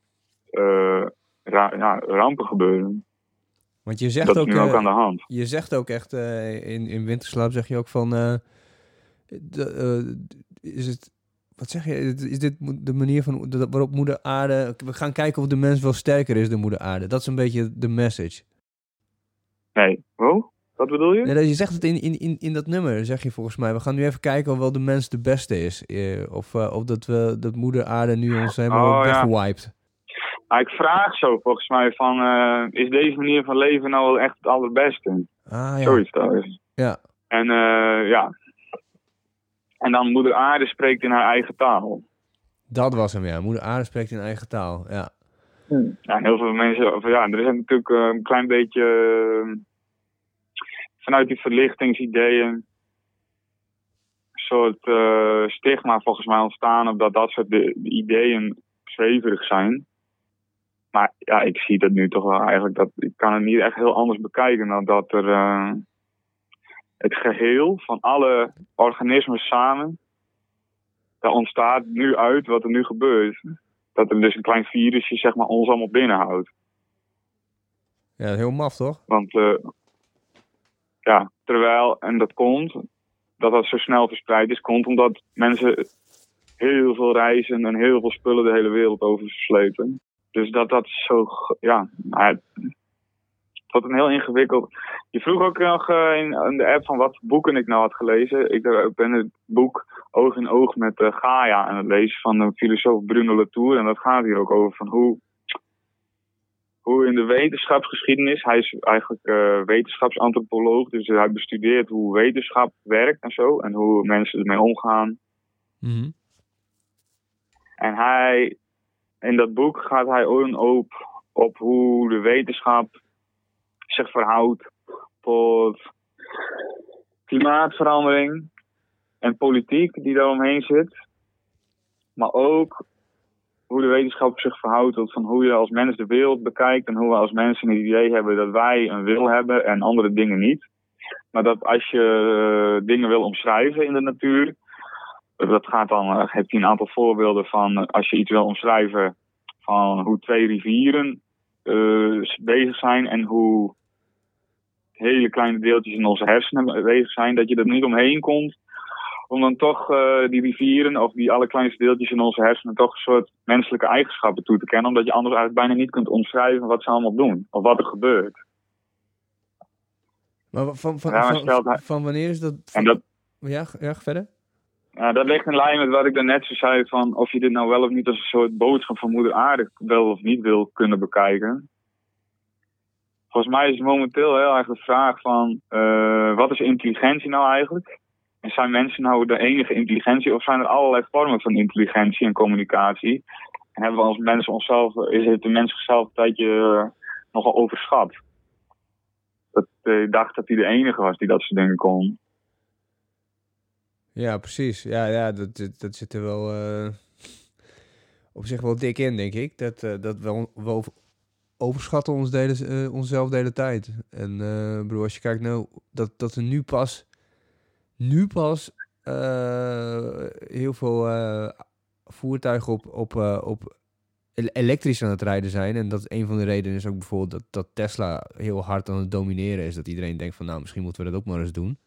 Speaker 4: rampen gebeuren.
Speaker 2: Want je zegt
Speaker 4: dat is nu ook aan de hand.
Speaker 2: Je zegt ook echt, in Winterslaap zeg je ook van, is het, wat zeg je, is dit de manier van waarop moeder aarde, we gaan kijken of de mens wel sterker is dan moeder aarde. Dat is een beetje de message.
Speaker 4: Nee, wat bedoel je?
Speaker 2: Nee, je zegt het in dat nummer, zeg je volgens mij. We gaan nu even kijken of wel de mens de beste is. Of dat moeder aarde nu ons helemaal weggewiped.
Speaker 4: Ja. Ik vraag zo volgens mij van, is deze manier van leven nou wel echt het allerbeste?
Speaker 2: Ah, ja.
Speaker 4: Zoiets trouwens.
Speaker 2: Ja.
Speaker 4: En En dan moeder aarde spreekt in haar eigen taal.
Speaker 2: Dat was hem, ja. Moeder aarde spreekt in eigen taal, ja.
Speaker 4: Ja, en heel veel mensen, er is natuurlijk een klein beetje vanuit die verlichtingsideeën een soort stigma volgens mij ontstaan op dat soort ideeën zweverig zijn. Maar ja, ik zie dat nu toch wel eigenlijk, ik kan het niet echt heel anders bekijken dan dat er het geheel van alle organismen samen, daar ontstaat nu uit wat er nu gebeurt. Dat er dus een klein virusje zeg maar ons allemaal binnenhoudt.
Speaker 2: Ja, heel maf, toch?
Speaker 4: Want terwijl, en dat komt, dat zo snel verspreid is, komt omdat mensen heel veel reizen en heel veel spullen de hele wereld over verslepen. Dus dat zo, het wordt een heel ingewikkeld. Je vroeg ook nog in de app van wat voor boeken ik nou had gelezen. Ik ben het boek Oog in Oog met Gaia aan het lezen van de filosoof Bruno Latour. En dat gaat hier ook over van hoe in de wetenschapsgeschiedenis, hij is eigenlijk wetenschapsantropoloog, dus hij bestudeert hoe wetenschap werkt en zo. En hoe mensen ermee omgaan.
Speaker 2: Mhm.
Speaker 4: En in dat boek gaat hij ook op hoe de wetenschap zich verhoudt tot klimaatverandering en politiek die daaromheen zit. Maar ook hoe de wetenschap zich verhoudt tot van hoe je als mens de wereld bekijkt en hoe we als mensen een idee hebben dat wij een wil hebben en andere dingen niet. Maar dat als je dingen wil omschrijven in de natuur, dat gaat dan, heeft hij een aantal voorbeelden van als je iets wil omschrijven van hoe 2 rivieren bezig zijn en hoe hele kleine deeltjes in onze hersenen bezig zijn, dat je er niet omheen komt om dan toch die rivieren of die allerkleinste deeltjes in onze hersenen toch een soort menselijke eigenschappen toe te kennen, omdat je anders eigenlijk bijna niet kunt omschrijven wat ze allemaal doen of wat er gebeurt.
Speaker 2: Maar van wanneer is dat? Ja, verder?
Speaker 4: Ja, dat ligt in lijn met wat ik daarnet zo zei, van of je dit nou wel of niet als een soort boodschap van moeder aarde wel of niet wil kunnen bekijken. Volgens mij is het momenteel heel erg de vraag van, wat is intelligentie nou eigenlijk? En zijn mensen nou de enige intelligentie of zijn er allerlei vormen van intelligentie en communicatie? En hebben we als mensen is de mens zichzelf een tijdje nogal overschat? Ik dacht dat hij de enige was die dat soort dingen kon.
Speaker 2: Ja, precies. Ja, dat zit er wel op zich wel dik in, denk ik. Dat we overschatten onszelf de hele tijd. En bedoel, als je kijkt nou, dat er nu pas heel veel voertuigen op elektrisch aan het rijden zijn. En dat een van de redenen is ook bijvoorbeeld dat Tesla heel hard aan het domineren is. Dat iedereen denkt van, nou, misschien moeten we dat ook maar eens doen.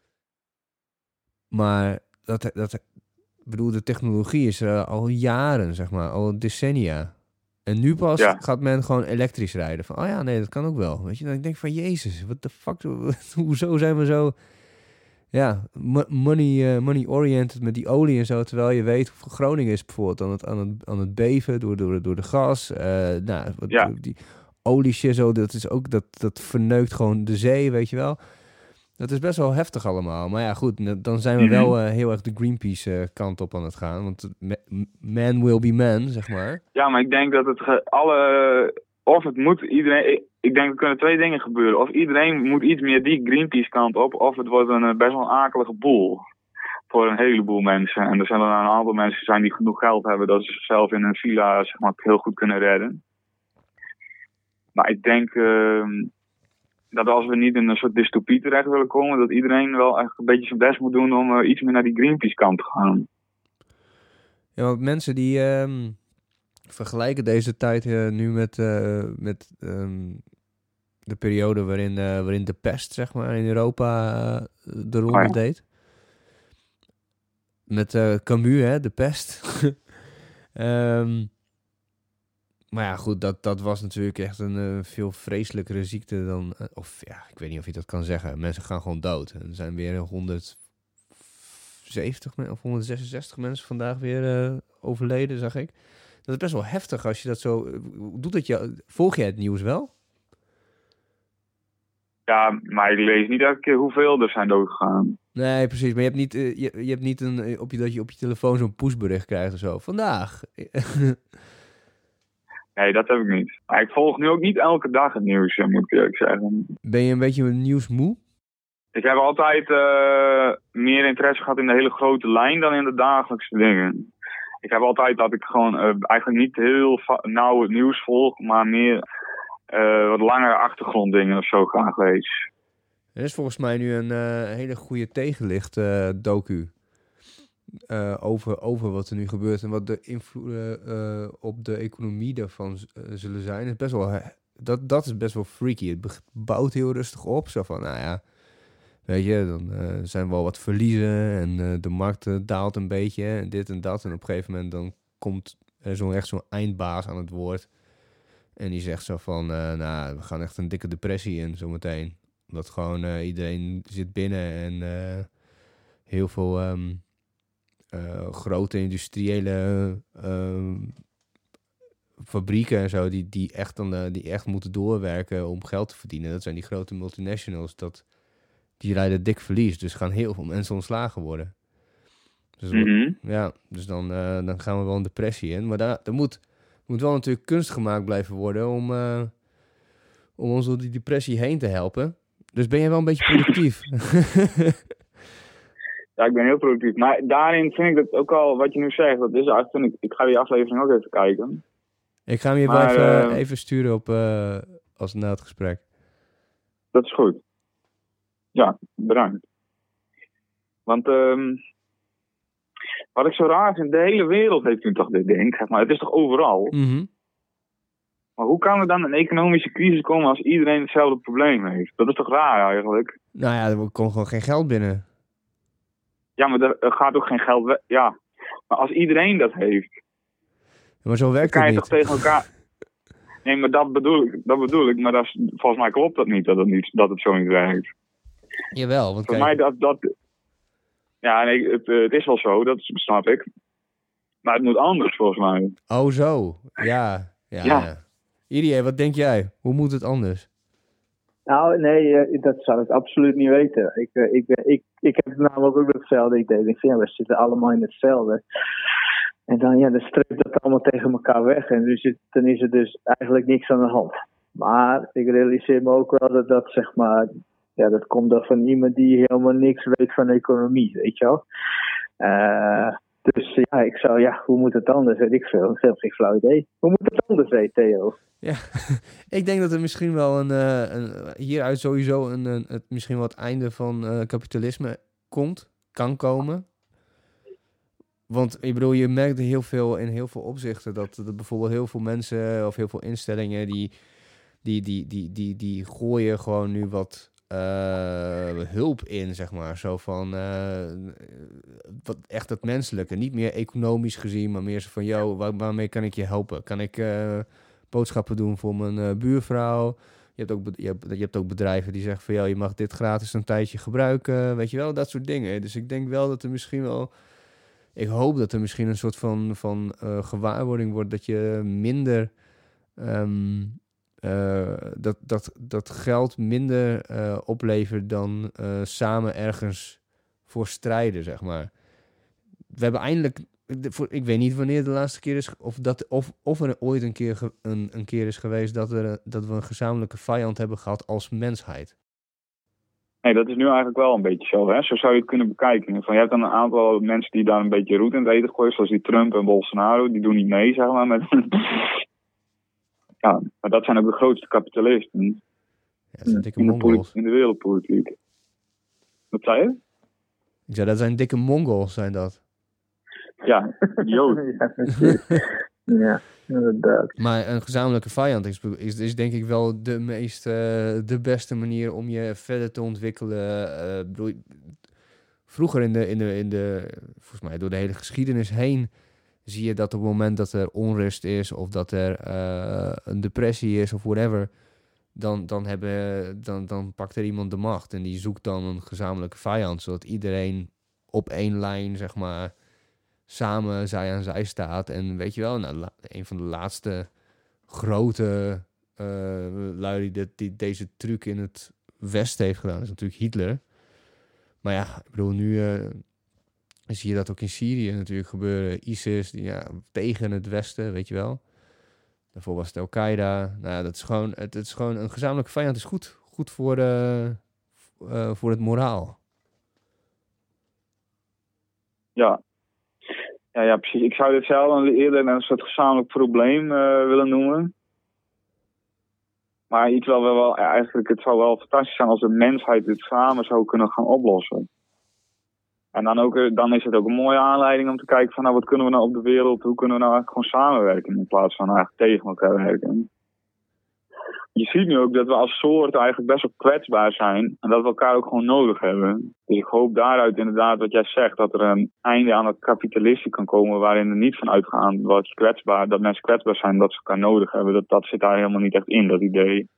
Speaker 2: Maar bedoel, de technologie is er al jaren, zeg maar, al decennia. En nu pas gaat men gewoon elektrisch rijden. Van, oh ja, nee, dat kan ook wel. Weet je, dan denk ik van, jezus, what the fuck, hoezo zijn we zo, ja, money-oriented met die olie en zo, terwijl je weet hoeveel Groningen is bijvoorbeeld aan het beven door de gas. Die olie shit zo, dat is ook, dat verneukt gewoon de zee, weet je wel. Dat is best wel heftig allemaal. Maar ja, goed, dan zijn we wel heel erg de Greenpeace kant op aan het gaan. Want man will be man, zeg maar.
Speaker 4: Ja, maar ik denk dat of het moet iedereen... Ik denk er kunnen 2 dingen gebeuren. Of iedereen moet iets meer die Greenpeace kant op, of het wordt best wel een akelige boel. Voor een heleboel mensen. En er zullen een aantal mensen zijn die genoeg geld hebben dat ze zichzelf in een villa, zeg maar, heel goed kunnen redden. Maar ik denk... dat als we niet in een soort dystopie terecht willen komen, dat iedereen wel eigenlijk een beetje zijn best moet doen om iets meer naar die Greenpeace kant te gaan.
Speaker 2: Ja, want mensen die vergelijken deze tijd nu met de periode waarin de pest, zeg maar, in Europa de ronde deed. Met Camus, hè, de pest. Maar ja, goed, dat was natuurlijk echt een veel vreselijkere ziekte dan... of ja, ik weet niet of je dat kan zeggen. Mensen gaan gewoon dood. En er zijn weer 170 of 166 mensen vandaag weer overleden, zag ik. Dat is best wel heftig als je dat zo... Volg jij het nieuws wel?
Speaker 4: Ja, maar ik lees niet elke keer hoeveel er zijn doodgegaan.
Speaker 2: Nee, precies. Maar je hebt niet, je hebt niet dat je op je telefoon zo'n pushbericht krijgt of zo. Vandaag...
Speaker 4: Nee, dat heb ik niet. Maar ik volg nu ook niet elke dag het nieuws, moet ik eerlijk zeggen.
Speaker 2: Ben je een beetje nieuwsmoe?
Speaker 4: Ik heb altijd meer interesse gehad in de hele grote lijn dan in de dagelijkse dingen. Ik heb altijd dat ik gewoon eigenlijk niet heel nauw het nieuws volg, maar meer wat langere achtergronddingen of zo graag lees.
Speaker 2: Er is volgens mij nu een hele goede tegenlicht docu. Over wat er nu gebeurt en wat de invloeden op de economie daarvan zullen zijn. Het is best wel dat is best wel freaky. Het bouwt heel rustig op. Zo van, nou ja, weet je, dan zijn wel wat verliezen en de markt daalt een beetje en dit en dat. En op een gegeven moment dan komt er echt zo'n eindbaas aan het woord. En die zegt zo van, nou, we gaan echt een dikke depressie in zometeen. Omdat gewoon iedereen zit binnen en heel veel grote industriële fabrieken en zo, die echt moeten doorwerken om geld te verdienen. Dat zijn die grote multinationals, die rijden dik verlies. Dus gaan heel veel mensen ontslagen worden. Dus, dus dan gaan we wel een depressie in. Maar er moet wel natuurlijk kunst gemaakt blijven worden om ons door die depressie heen te helpen. Dus ben je wel een beetje productief?
Speaker 4: Ja, ik ben heel productief. Maar daarin vind ik dat ook al, wat je nu zegt, dat is eigenlijk, ik ga die aflevering ook even kijken.
Speaker 2: Ik ga hem je even sturen op als na het gesprek.
Speaker 4: Dat is goed. Ja, bedankt. Want wat ik zo raar vind, de hele wereld heeft nu toch dit ding, zeg maar. Het is toch overal?
Speaker 2: Mm-hmm.
Speaker 4: Maar hoe kan er dan een economische crisis komen als iedereen hetzelfde probleem heeft? Dat is toch raar eigenlijk?
Speaker 2: Nou ja, er komt gewoon geen geld binnen.
Speaker 4: Ja, maar er gaat ook geen geld... Ja, maar als iedereen dat heeft...
Speaker 2: Maar zo werkt
Speaker 4: het niet.
Speaker 2: Dan
Speaker 4: kan je toch tegen elkaar... Nee, maar dat bedoel ik. Maar volgens mij klopt dat niet, dat het zo niet werkt.
Speaker 2: Jawel, want
Speaker 4: volgens mij dat... Ja, nee, het is wel zo, dat snap ik. Maar het moet anders, volgens mij.
Speaker 2: Oh, zo. Ja. Irie, wat denk jij? Hoe moet het anders?
Speaker 3: Nou, nee, dat zou ik absoluut niet weten. Ik heb namelijk ook hetzelfde idee. Ik denk, we zitten allemaal in hetzelfde. En dan streept dat allemaal tegen elkaar weg. En dan is er dus eigenlijk niks aan de hand. Maar ik realiseer me ook wel dat zeg maar... Ja, dat komt dan van iemand die helemaal niks weet van economie, weet je wel. Dus ja, ik zou, hoe moet het anders? Weet ik veel. Ik heb geen flauw idee. Hoe moet het anders, weet Theo?
Speaker 2: Ja, ik denk dat er misschien wel hieruit sowieso misschien wel het einde van kapitalisme kan komen. Want ik bedoel, je merkt in heel veel opzichten dat bijvoorbeeld heel veel mensen of heel veel instellingen die gooien gewoon nu wat hulp in, zeg maar. Zo van wat echt het menselijke. Niet meer economisch gezien, maar meer zo van, waarmee kan ik je helpen? Kan ik boodschappen doen voor mijn buurvrouw? Je hebt ook bedrijven die zeggen van, je mag dit gratis een tijdje gebruiken. Weet je wel, dat soort dingen. Dus ik denk wel dat er misschien wel... Ik hoop dat er misschien een soort van gewaarwording wordt dat je minder... dat geld minder oplevert dan samen ergens voor strijden, zeg maar. We hebben eindelijk... ik weet niet wanneer de laatste keer is... Of er ooit een keer is geweest dat we een gezamenlijke vijand hebben gehad als mensheid.
Speaker 4: Nee, dat is nu eigenlijk wel een beetje zo, hè? Zo zou je het kunnen bekijken. Je hebt dan een aantal mensen die daar een beetje roet in het eten gooien, zoals die Trump en Bolsonaro, die doen niet mee, zeg maar, met... Ja, maar dat zijn ook de grootste kapitalisten.
Speaker 2: Ja, dat zijn dikke Mongols.
Speaker 4: In de wereldpolitiek. Wat zei je?
Speaker 2: Ik zei, dat zijn dikke Mongols, zijn dat.
Speaker 4: Ja, Joden.
Speaker 3: Ja, inderdaad.
Speaker 2: Maar een gezamenlijke vijand is denk ik wel de beste manier om je verder te ontwikkelen. Vroeger in de volgens mij door de hele geschiedenis heen zie je dat op het moment dat er onrust is of dat er een depressie is of whatever, dan pakt er iemand de macht en die zoekt dan een gezamenlijke vijand, zodat iedereen op één lijn, zeg maar, samen zij aan zij staat. En weet je wel, een van de laatste grote lui die deze truc in het Westen heeft gedaan is natuurlijk Hitler. Maar ja, ik bedoel, nu zie je dat ook in Syrië natuurlijk gebeuren. ISIS, tegen het Westen, weet je wel. Daarvoor was het Al-Qaeda. Nou ja, het is gewoon een gezamenlijke vijand is goed voor het moraal.
Speaker 4: Ja, precies. Ik zou dit zelf eerder een soort gezamenlijk probleem willen noemen. Maar iets wel eigenlijk, het zou wel fantastisch zijn als de mensheid dit samen zou kunnen gaan oplossen. En dan is het ook een mooie aanleiding om te kijken van, wat kunnen we nou op de wereld, hoe kunnen we nou eigenlijk gewoon samenwerken in plaats van eigenlijk tegen elkaar werken. je ziet nu ook dat we als soort eigenlijk best wel kwetsbaar zijn. En dat we elkaar ook gewoon nodig hebben. Dus ik hoop daaruit inderdaad wat jij zegt. Dat er een einde aan het kapitalisme kan komen. Waarin er niet van uitgaan dat mensen kwetsbaar zijn. Dat ze elkaar nodig hebben. Dat zit daar helemaal niet echt in, dat idee.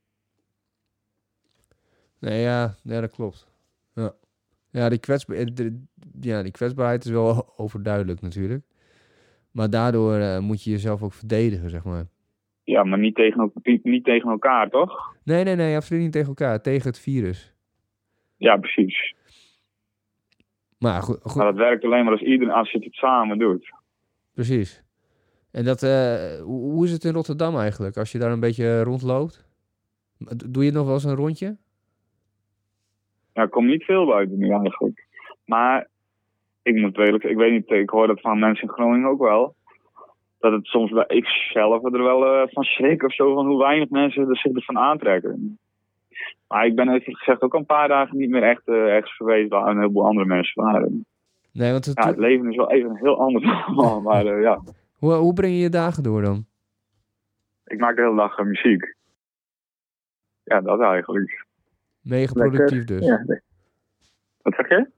Speaker 2: Nee, ja, dat klopt. Ja, die kwetsbaarheid is wel overduidelijk natuurlijk. Maar daardoor moet je jezelf ook verdedigen, zeg maar.
Speaker 4: Ja, maar niet tegen elkaar, toch?
Speaker 2: Nee, absoluut niet tegen elkaar. Tegen het virus.
Speaker 4: Ja, precies.
Speaker 2: Maar goed.
Speaker 4: Maar dat werkt alleen maar als je het samen doet.
Speaker 2: Precies. En hoe is het in Rotterdam eigenlijk? Als je daar een beetje rondloopt? Doe je nog wel eens een rondje?
Speaker 4: Ja, ik kom niet veel buiten nu eigenlijk. Maar ik moet eerlijk, ik weet niet, ik hoor dat van mensen in Groningen ook wel. Dat het soms bij ik zelf er wel van schrik of zo, van hoe weinig mensen er zich ervan aantrekken. Maar ik ben even gezegd ook al een paar dagen niet meer echt ergens geweest waar een heleboel andere mensen waren.
Speaker 2: Nee, want
Speaker 4: het leven is wel even heel anders allemaal, maar ja.
Speaker 2: Hoe breng je je dagen door dan?
Speaker 4: Ik maak de hele dag muziek. Ja, dat eigenlijk.
Speaker 2: Mega productief dus.
Speaker 3: Ja.
Speaker 4: Wat zeg je?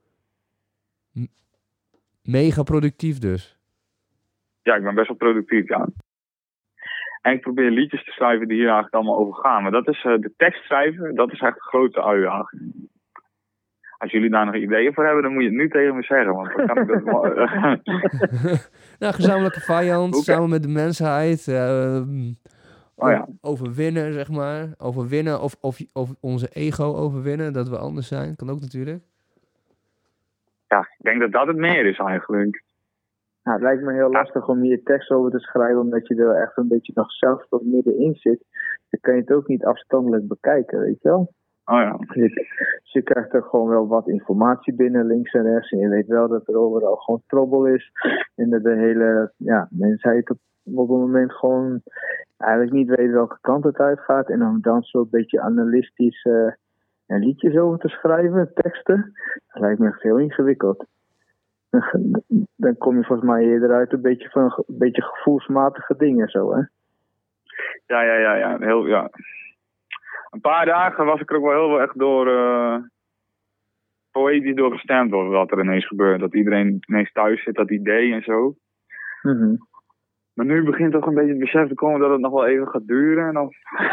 Speaker 2: Mega productief dus.
Speaker 4: Ja, ik ben best wel productief, ja. En ik probeer liedjes te schrijven die hier eigenlijk allemaal over gaan. Maar dat is de tekst schrijven, dat is echt een grote uitdaging. Als jullie daar nog ideeën voor hebben, dan moet je het nu tegen me zeggen. Want dan kan ik dat wel...
Speaker 2: Nou, gezamenlijke vijand, samen met de mensheid.
Speaker 4: ja.
Speaker 2: Overwinnen, zeg maar. Overwinnen of onze ego overwinnen, dat we anders zijn. Kan ook natuurlijk.
Speaker 4: Ja, ik denk dat dat het meer is eigenlijk.
Speaker 3: Nou, het lijkt me heel lastig om hier tekst over te schrijven, omdat je er echt een beetje nog zelf tot middenin zit. Dan kan je het ook niet afstandelijk bekijken, weet je wel?
Speaker 4: Oh ja.
Speaker 3: Dus je krijgt er gewoon wel wat informatie binnen, links en rechts. En je weet wel dat er overal gewoon trobbel is. En dat de hele mensheid op het moment gewoon eigenlijk niet weet welke kant het uitgaat. En om dan zo'n beetje analistisch liedjes over te schrijven, teksten, dat lijkt me echt heel ingewikkeld. Dan kom je volgens mij eerder uit een beetje gevoelsmatige dingen zo, hè?
Speaker 4: Ja. Heel, ja. Een paar dagen was ik er ook wel heel echt door poëtisch door gestemd door wat er ineens gebeurt. Dat iedereen ineens thuis zit, dat idee en zo.
Speaker 3: Mm-hmm.
Speaker 4: Maar nu begint toch een beetje het besef te komen dat het nog wel even gaat duren. En dan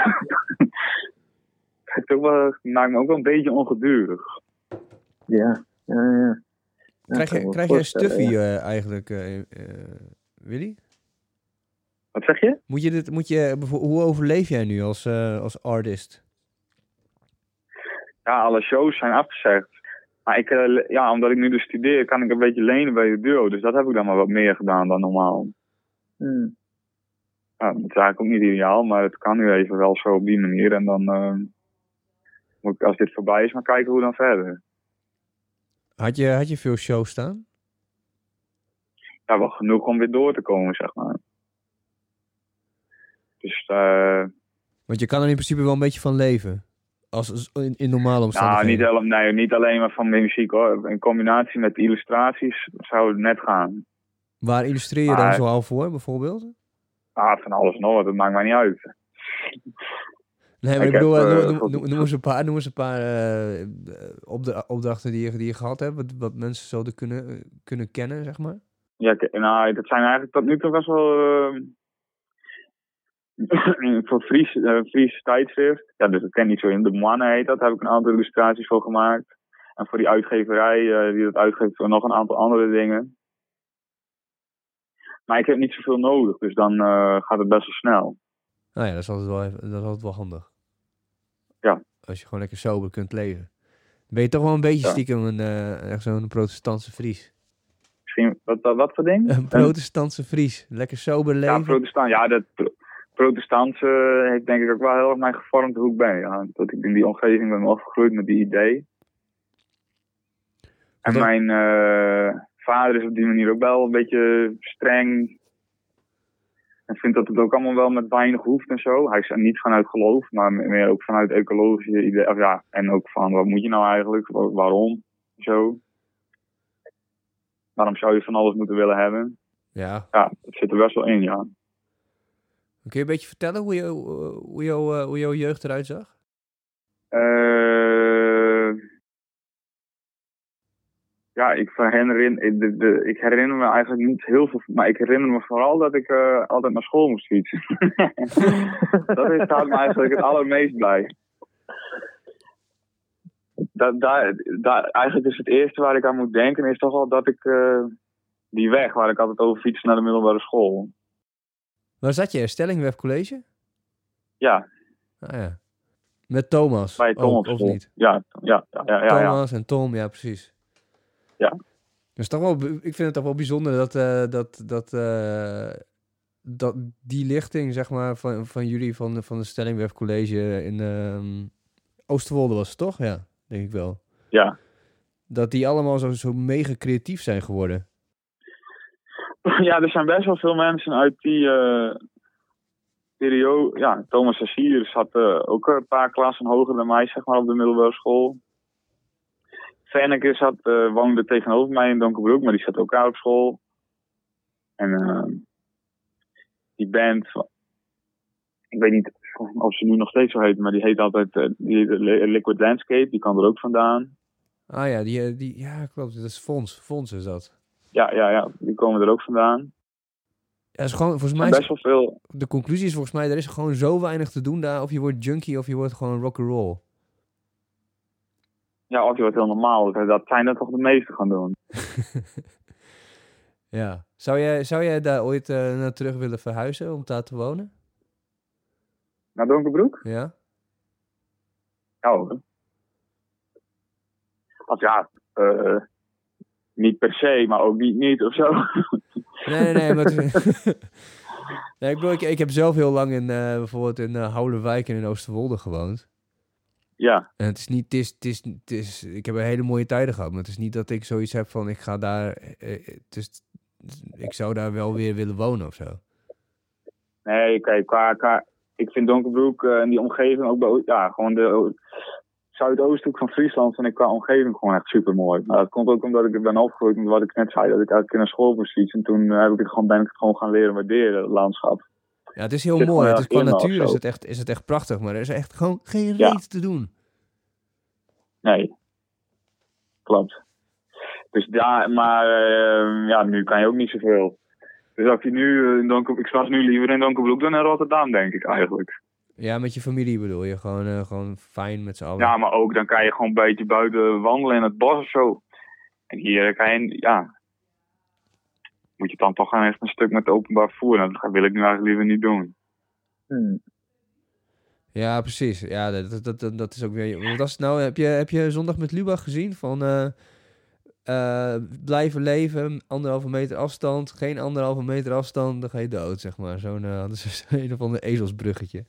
Speaker 4: maakt me ook wel een beetje ongedurig.
Speaker 3: Ja.
Speaker 2: Krijg jij stuffy eigenlijk, Willy?
Speaker 4: Wat zeg je?
Speaker 2: Hoe overleef jij nu als artist?
Speaker 4: Ja, alle shows zijn afgezegd. Maar omdat ik nu dus studeer, kan ik een beetje lenen bij de duo. Dus dat heb ik dan maar wat meer gedaan dan normaal.
Speaker 3: Mm.
Speaker 4: Ja, dat is eigenlijk ook niet ideaal, maar het kan nu even wel zo op die manier. En dan moet ik, als dit voorbij is, maar kijken hoe dan verder.
Speaker 2: Had je veel shows staan?
Speaker 4: Ja, wel genoeg om weer door te komen, zeg maar. Dus,
Speaker 2: want je kan er in principe wel een beetje van leven. Als in normale omstandigheden.
Speaker 4: Nou, niet alleen maar van muziek hoor. In combinatie met illustraties zou het net gaan.
Speaker 2: Waar illustreer je dan zoal voor, bijvoorbeeld?
Speaker 4: Van alles en nog wat. Dat maakt mij niet uit.
Speaker 2: Nee, maar ik bedoel, noem eens een paar opdrachten die je gehad hebt. Wat mensen zouden kunnen kennen, zeg maar.
Speaker 4: Ja, dat zijn eigenlijk tot nu toe best wel... voor Fries tijdschrift. Ja, dus dat ken ik niet zo in. De Moine heet dat. Daar heb ik een aantal illustraties voor gemaakt. En voor die uitgeverij die dat uitgeeft voor nog een aantal andere dingen. Maar ik heb niet zoveel nodig. Dus dan gaat het best wel snel.
Speaker 2: Nou ja, dat is altijd wel handig.
Speaker 4: Ja.
Speaker 2: Als je gewoon lekker sober kunt leven. Ben je toch wel een beetje stiekem echt zo'n protestantse Fries.
Speaker 4: Misschien, wat voor ding?
Speaker 2: Een protestantse Fries. Lekker sober leven.
Speaker 4: Ja, protestantse heeft denk ik ook wel heel erg mij gevormd hoe ik ben. Ja. Dat ik in die omgeving ben opgegroeid met die idee. En mijn vader is op die manier ook wel een beetje streng. En vindt dat het ook allemaal wel met weinig hoeft en zo. Hij is niet vanuit geloof, maar meer ook vanuit ecologische ideeën. En ook van, wat moet je nou eigenlijk? Waarom? Zo. Waarom zou je van alles moeten willen hebben?
Speaker 2: Ja.
Speaker 4: Ja, dat zit er best wel in, ja.
Speaker 2: Kun je een beetje vertellen hoe jouw jeugd eruit zag?
Speaker 4: Ja, ik herinner me eigenlijk niet heel veel, maar ik herinner me vooral dat ik altijd naar school moest fietsen. Dat staat me eigenlijk het allermeest bij. Eigenlijk is het eerste waar ik aan moet denken, is toch wel dat ik die weg waar ik altijd over fietste naar de middelbare school.
Speaker 2: Waar zat je? Stellingweg College?
Speaker 4: Ja.
Speaker 2: Ah ja. Met Thomas?
Speaker 4: Bij Tom op
Speaker 2: of
Speaker 4: school.
Speaker 2: niet?
Speaker 4: Ja.
Speaker 2: Thomas en Tom, ja precies.
Speaker 4: Ja.
Speaker 2: Dus toch wel, ik vind het toch wel bijzonder dat die lichting, zeg maar, van jullie, van de Stellingweg College in Oosterwolde was het toch? Ja, denk ik wel.
Speaker 4: Ja.
Speaker 2: Dat die allemaal zo mega creatief zijn geworden.
Speaker 4: Ja, er zijn best wel veel mensen uit die periode. Ja, Thomas Sassier zat ook een paar klassen hoger dan mij, zeg maar, op de middelbare school. Fenneke woonde tegenover mij in Donkerbroek, maar die zat ook op school. En die band, ik weet niet of ze nu nog steeds zo heet, maar die heet altijd Liquid Landscape, die kan er ook vandaan.
Speaker 2: Ah ja, ja, klopt, dat is Fons is dat.
Speaker 4: Ja, die komen er ook vandaan.
Speaker 2: Ja, is gewoon, volgens mij
Speaker 4: best wel veel.
Speaker 2: De conclusie is volgens mij, er is gewoon zo weinig te doen daar, of je wordt junkie of je wordt gewoon rock'n'roll.
Speaker 4: Ja, of je wordt heel normaal. Dat zijn er toch de meesten gaan doen.
Speaker 2: Ja. Zou jij daar ooit naar terug willen verhuizen om daar te wonen?
Speaker 4: Naar Donkerbroek?
Speaker 2: Ja.
Speaker 4: Oh. Niet per se, maar ook niet of zo.
Speaker 2: Nee, maar... nee, ik bedoel, ik heb zelf heel lang bijvoorbeeld in Houwelwijk en in Oosterwolde gewoond.
Speaker 4: Ja.
Speaker 2: En het is niet, het is, ik heb een hele mooie tijden gehad, maar het is niet dat ik zoiets heb van, ik ga daar, ik zou daar wel weer willen wonen of zo.
Speaker 4: Nee, kijk, ik vind Donkerbroek en die omgeving ook, gewoon de zuidoosthoek van Friesland vind ik qua omgeving gewoon echt super mooi. Maar dat komt ook omdat ik er ben opgegroeid, met wat ik net zei, dat ik elke keer naar school moest fietsen. En toen ben ik het gewoon gaan leren waarderen, het landschap.
Speaker 2: Ja, het is heel mooi. Het is qua natuur is het echt prachtig, maar er is echt gewoon geen reet te doen.
Speaker 4: Nee, klopt. Dus maar nu kan je ook niet zoveel. Dus als je nu ik was nu liever in Donkerbroek dan in Rotterdam, denk ik eigenlijk.
Speaker 2: Ja, met je familie bedoel je? Gewoon fijn met z'n allen?
Speaker 4: Ja, maar ook dan kan je gewoon een beetje buiten wandelen in het bos of zo. En hier kan je, moet je dan toch gaan echt een stuk met openbaar vervoer. Dat wil ik nu eigenlijk liever niet doen.
Speaker 2: Ja, precies. Ja, dat is ook weer... Wat was het nou? Heb je Zondag met Lubach gezien? Van blijven leven, 1,5 meter afstand. Geen 1,5 meter afstand, dan ga je dood, zeg maar. Dat is een of ander ezelsbruggetje.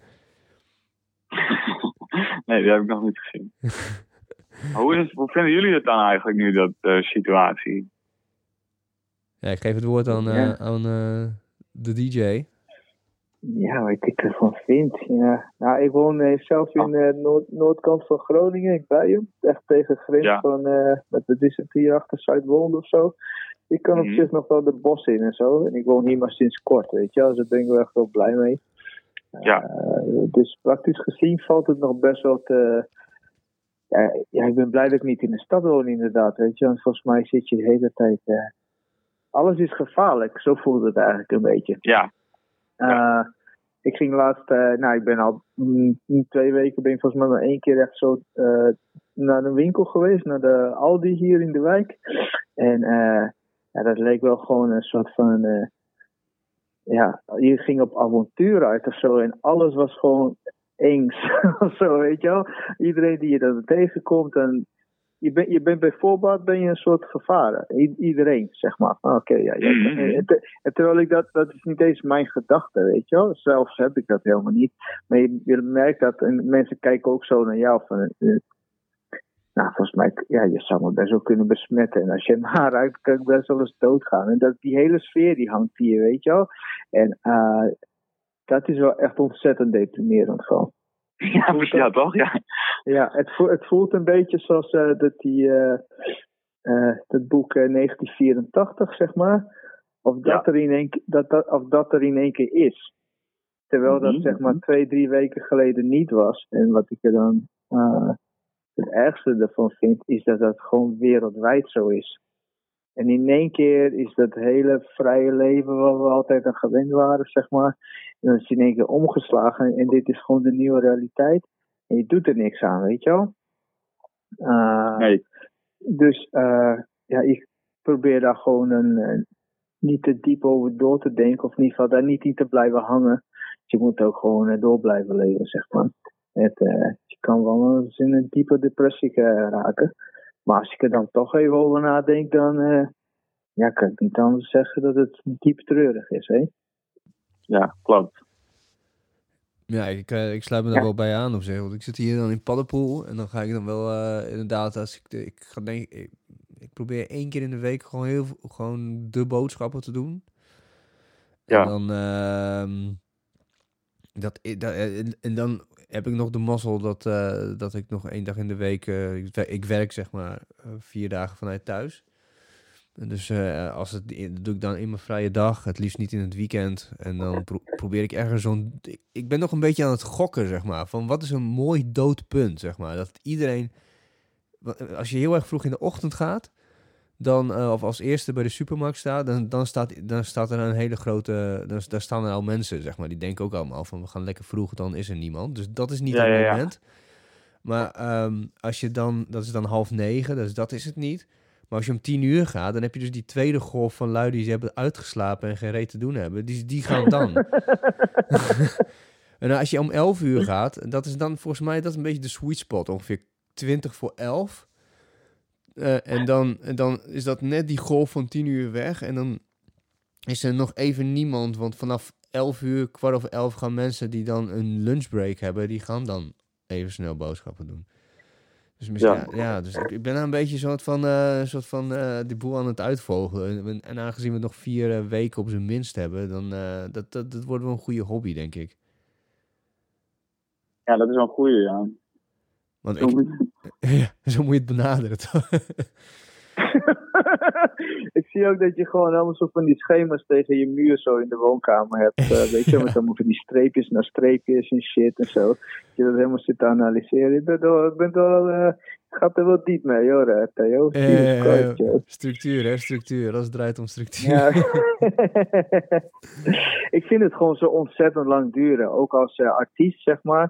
Speaker 4: Nee, die heb ik nog niet gezien. Hoe vinden jullie het dan eigenlijk nu, dat situatie?
Speaker 2: Ja, ik geef het woord aan de DJ.
Speaker 3: Ja, wat ik ervan vind. Ja. Nou, ik woon zelf in de noordkant van Groningen, in Buijum. Echt tegen de grens van, wat is het hier achter, Zuidwolde of zo. Ik kan op zich nog wel de bos in en zo. En ik woon hier maar sinds kort, weet je wel. Dus daar ben ik wel echt wel blij mee. Dus praktisch gezien valt het nog best wel te... Ja, ik ben blij dat ik niet in de stad woon inderdaad, weet je. Want volgens mij zit je de hele tijd... alles is gevaarlijk, zo voelt het eigenlijk een beetje.
Speaker 4: Ja.
Speaker 3: Ik ging laatst, ik ben al 2 weken, ben ik volgens mij maar 1 keer echt zo naar een winkel geweest, naar de Aldi hier in de wijk. En dat leek wel gewoon een soort van, je ging op avontuur uit of zo en alles was gewoon engs of zo, weet je wel. Iedereen die je dan tegenkomt en je bent bij voorbaat een soort gevaar. Iedereen, zeg maar. Terwijl ik dat is niet eens mijn gedachte, weet je wel. Zelfs heb ik dat helemaal niet. Maar je merkt dat en mensen kijken ook zo naar jou van... volgens mij, je zou me best wel kunnen besmetten. En als je maar ruikt, kan ik best wel eens doodgaan. En die hele sfeer die hangt hier, weet je wel. En dat is wel echt ontzettend deprimerend gewoon.
Speaker 4: Ja, toch? Ja.
Speaker 3: Ja, het voelt een beetje zoals dat boek 1984, zeg maar. Of dat er in één keer is. Terwijl dat zeg maar 2-3 weken geleden niet was. En wat ik er dan het ergste ervan vind, is dat dat gewoon wereldwijd zo is. En in één keer is dat hele vrije leven waar we altijd aan gewend waren, zeg maar. En dan is het in één keer omgeslagen en dit is gewoon de nieuwe realiteit. En je doet er niks aan, weet je wel?
Speaker 4: Nee.
Speaker 3: Dus ik probeer daar gewoon niet te diep over door te denken. Of in ieder geval daar niet in te blijven hangen. Je moet ook gewoon door blijven leven, zeg maar. Je kan wel eens in een diepe depressie raken. Maar als ik er dan toch even over nadenk, dan kan ik niet anders zeggen dat het diep treurig is, hè?
Speaker 4: Ja, klopt.
Speaker 2: Ja, ik sluit me daar wel bij aan op zich. Want ik zit hier dan in Paddepoel en dan ga ik dan wel inderdaad, als ik probeer 1 keer in de week gewoon de boodschappen te doen.
Speaker 4: Ja.
Speaker 2: En dan en dan heb ik nog de mazzel dat ik nog 1 dag in de week ik werk zeg maar 4 dagen vanuit thuis. En dus dat doe ik dan in mijn vrije dag, het liefst niet in het weekend. En dan probeer ik ergens ik ben nog een beetje aan het gokken, zeg maar. Van wat is een mooi doodpunt, zeg maar. Dat iedereen, als je heel erg vroeg in de ochtend gaat, dan, of als eerste bij de supermarkt staat, dan staat er een hele grote, daar staan er al mensen, zeg maar. Die denken ook allemaal van, we gaan lekker vroeg, dan is er niemand. Dus dat is niet het moment. Maar als je dan, dat is dan 8:30, dus dat is het niet. Maar als je om 10:00 gaat, dan heb je dus die tweede golf van lui die ze hebben uitgeslapen en geen reet te doen hebben. Die gaan dan. En als je om 11:00 gaat, dat is dan volgens mij een beetje de sweet spot. Ongeveer 11:20. En dan is dat net die golf van 10:00 weg. En dan is er nog even niemand. Want vanaf 11:00, 11:15 gaan mensen die dan een lunchbreak hebben, die gaan dan even snel boodschappen doen. Dus misschien, dus ik ben daar een beetje soort van die boel aan het uitvogelen. En aangezien we nog 4 weken op zijn minst hebben, dan dat wordt wel een goede hobby, denk ik.
Speaker 4: Ja, dat is wel een goeie, ja.
Speaker 2: Want zo moet je het benaderen, toch?
Speaker 3: Ik zie ook dat je gewoon allemaal zo van die schema's tegen je muur zo in de woonkamer hebt. Weet je, met allemaal van die streepjes naar streepjes en shit en zo. Dat je dat helemaal zit te analyseren. Ik gaat er wel diep mee, hoor, Theo.
Speaker 2: Structuur. Als het draait om structuur.
Speaker 3: Ja. Ik vind het gewoon zo ontzettend lang duren. Ook als artiest, zeg maar.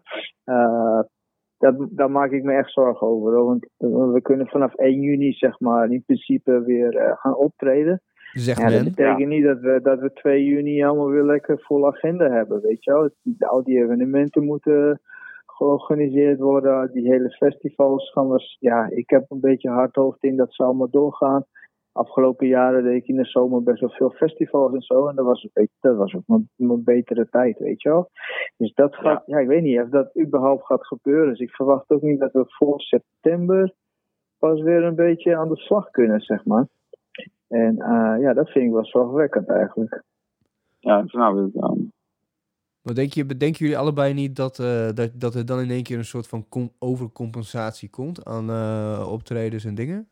Speaker 3: Daar maak ik me echt zorgen over. Hoor. Want we kunnen vanaf 1 juni, zeg maar, in principe weer gaan optreden. Dat betekent niet dat we 2 juni allemaal weer lekker vol agenda hebben, weet je wel. Al die evenementen moeten georganiseerd worden. Die hele festivals gaan we... Ja, ik heb een beetje hard hoofd in dat ze allemaal doorgaan. Afgelopen jaren deed ik in de zomer best wel veel festivals en zo. En dat was ook een betere tijd, weet je wel. Dus dat gaat... Ja, ik weet niet of dat überhaupt gaat gebeuren. Dus ik verwacht ook niet dat we voor september pas weer een beetje aan de slag kunnen, zeg maar. En dat vind ik wel zorgwekkend eigenlijk.
Speaker 4: Ja, dat snap ik. Ja.
Speaker 2: Maar denken jullie allebei niet dat er dan in één keer een soort van overcompensatie komt aan optredens en dingen?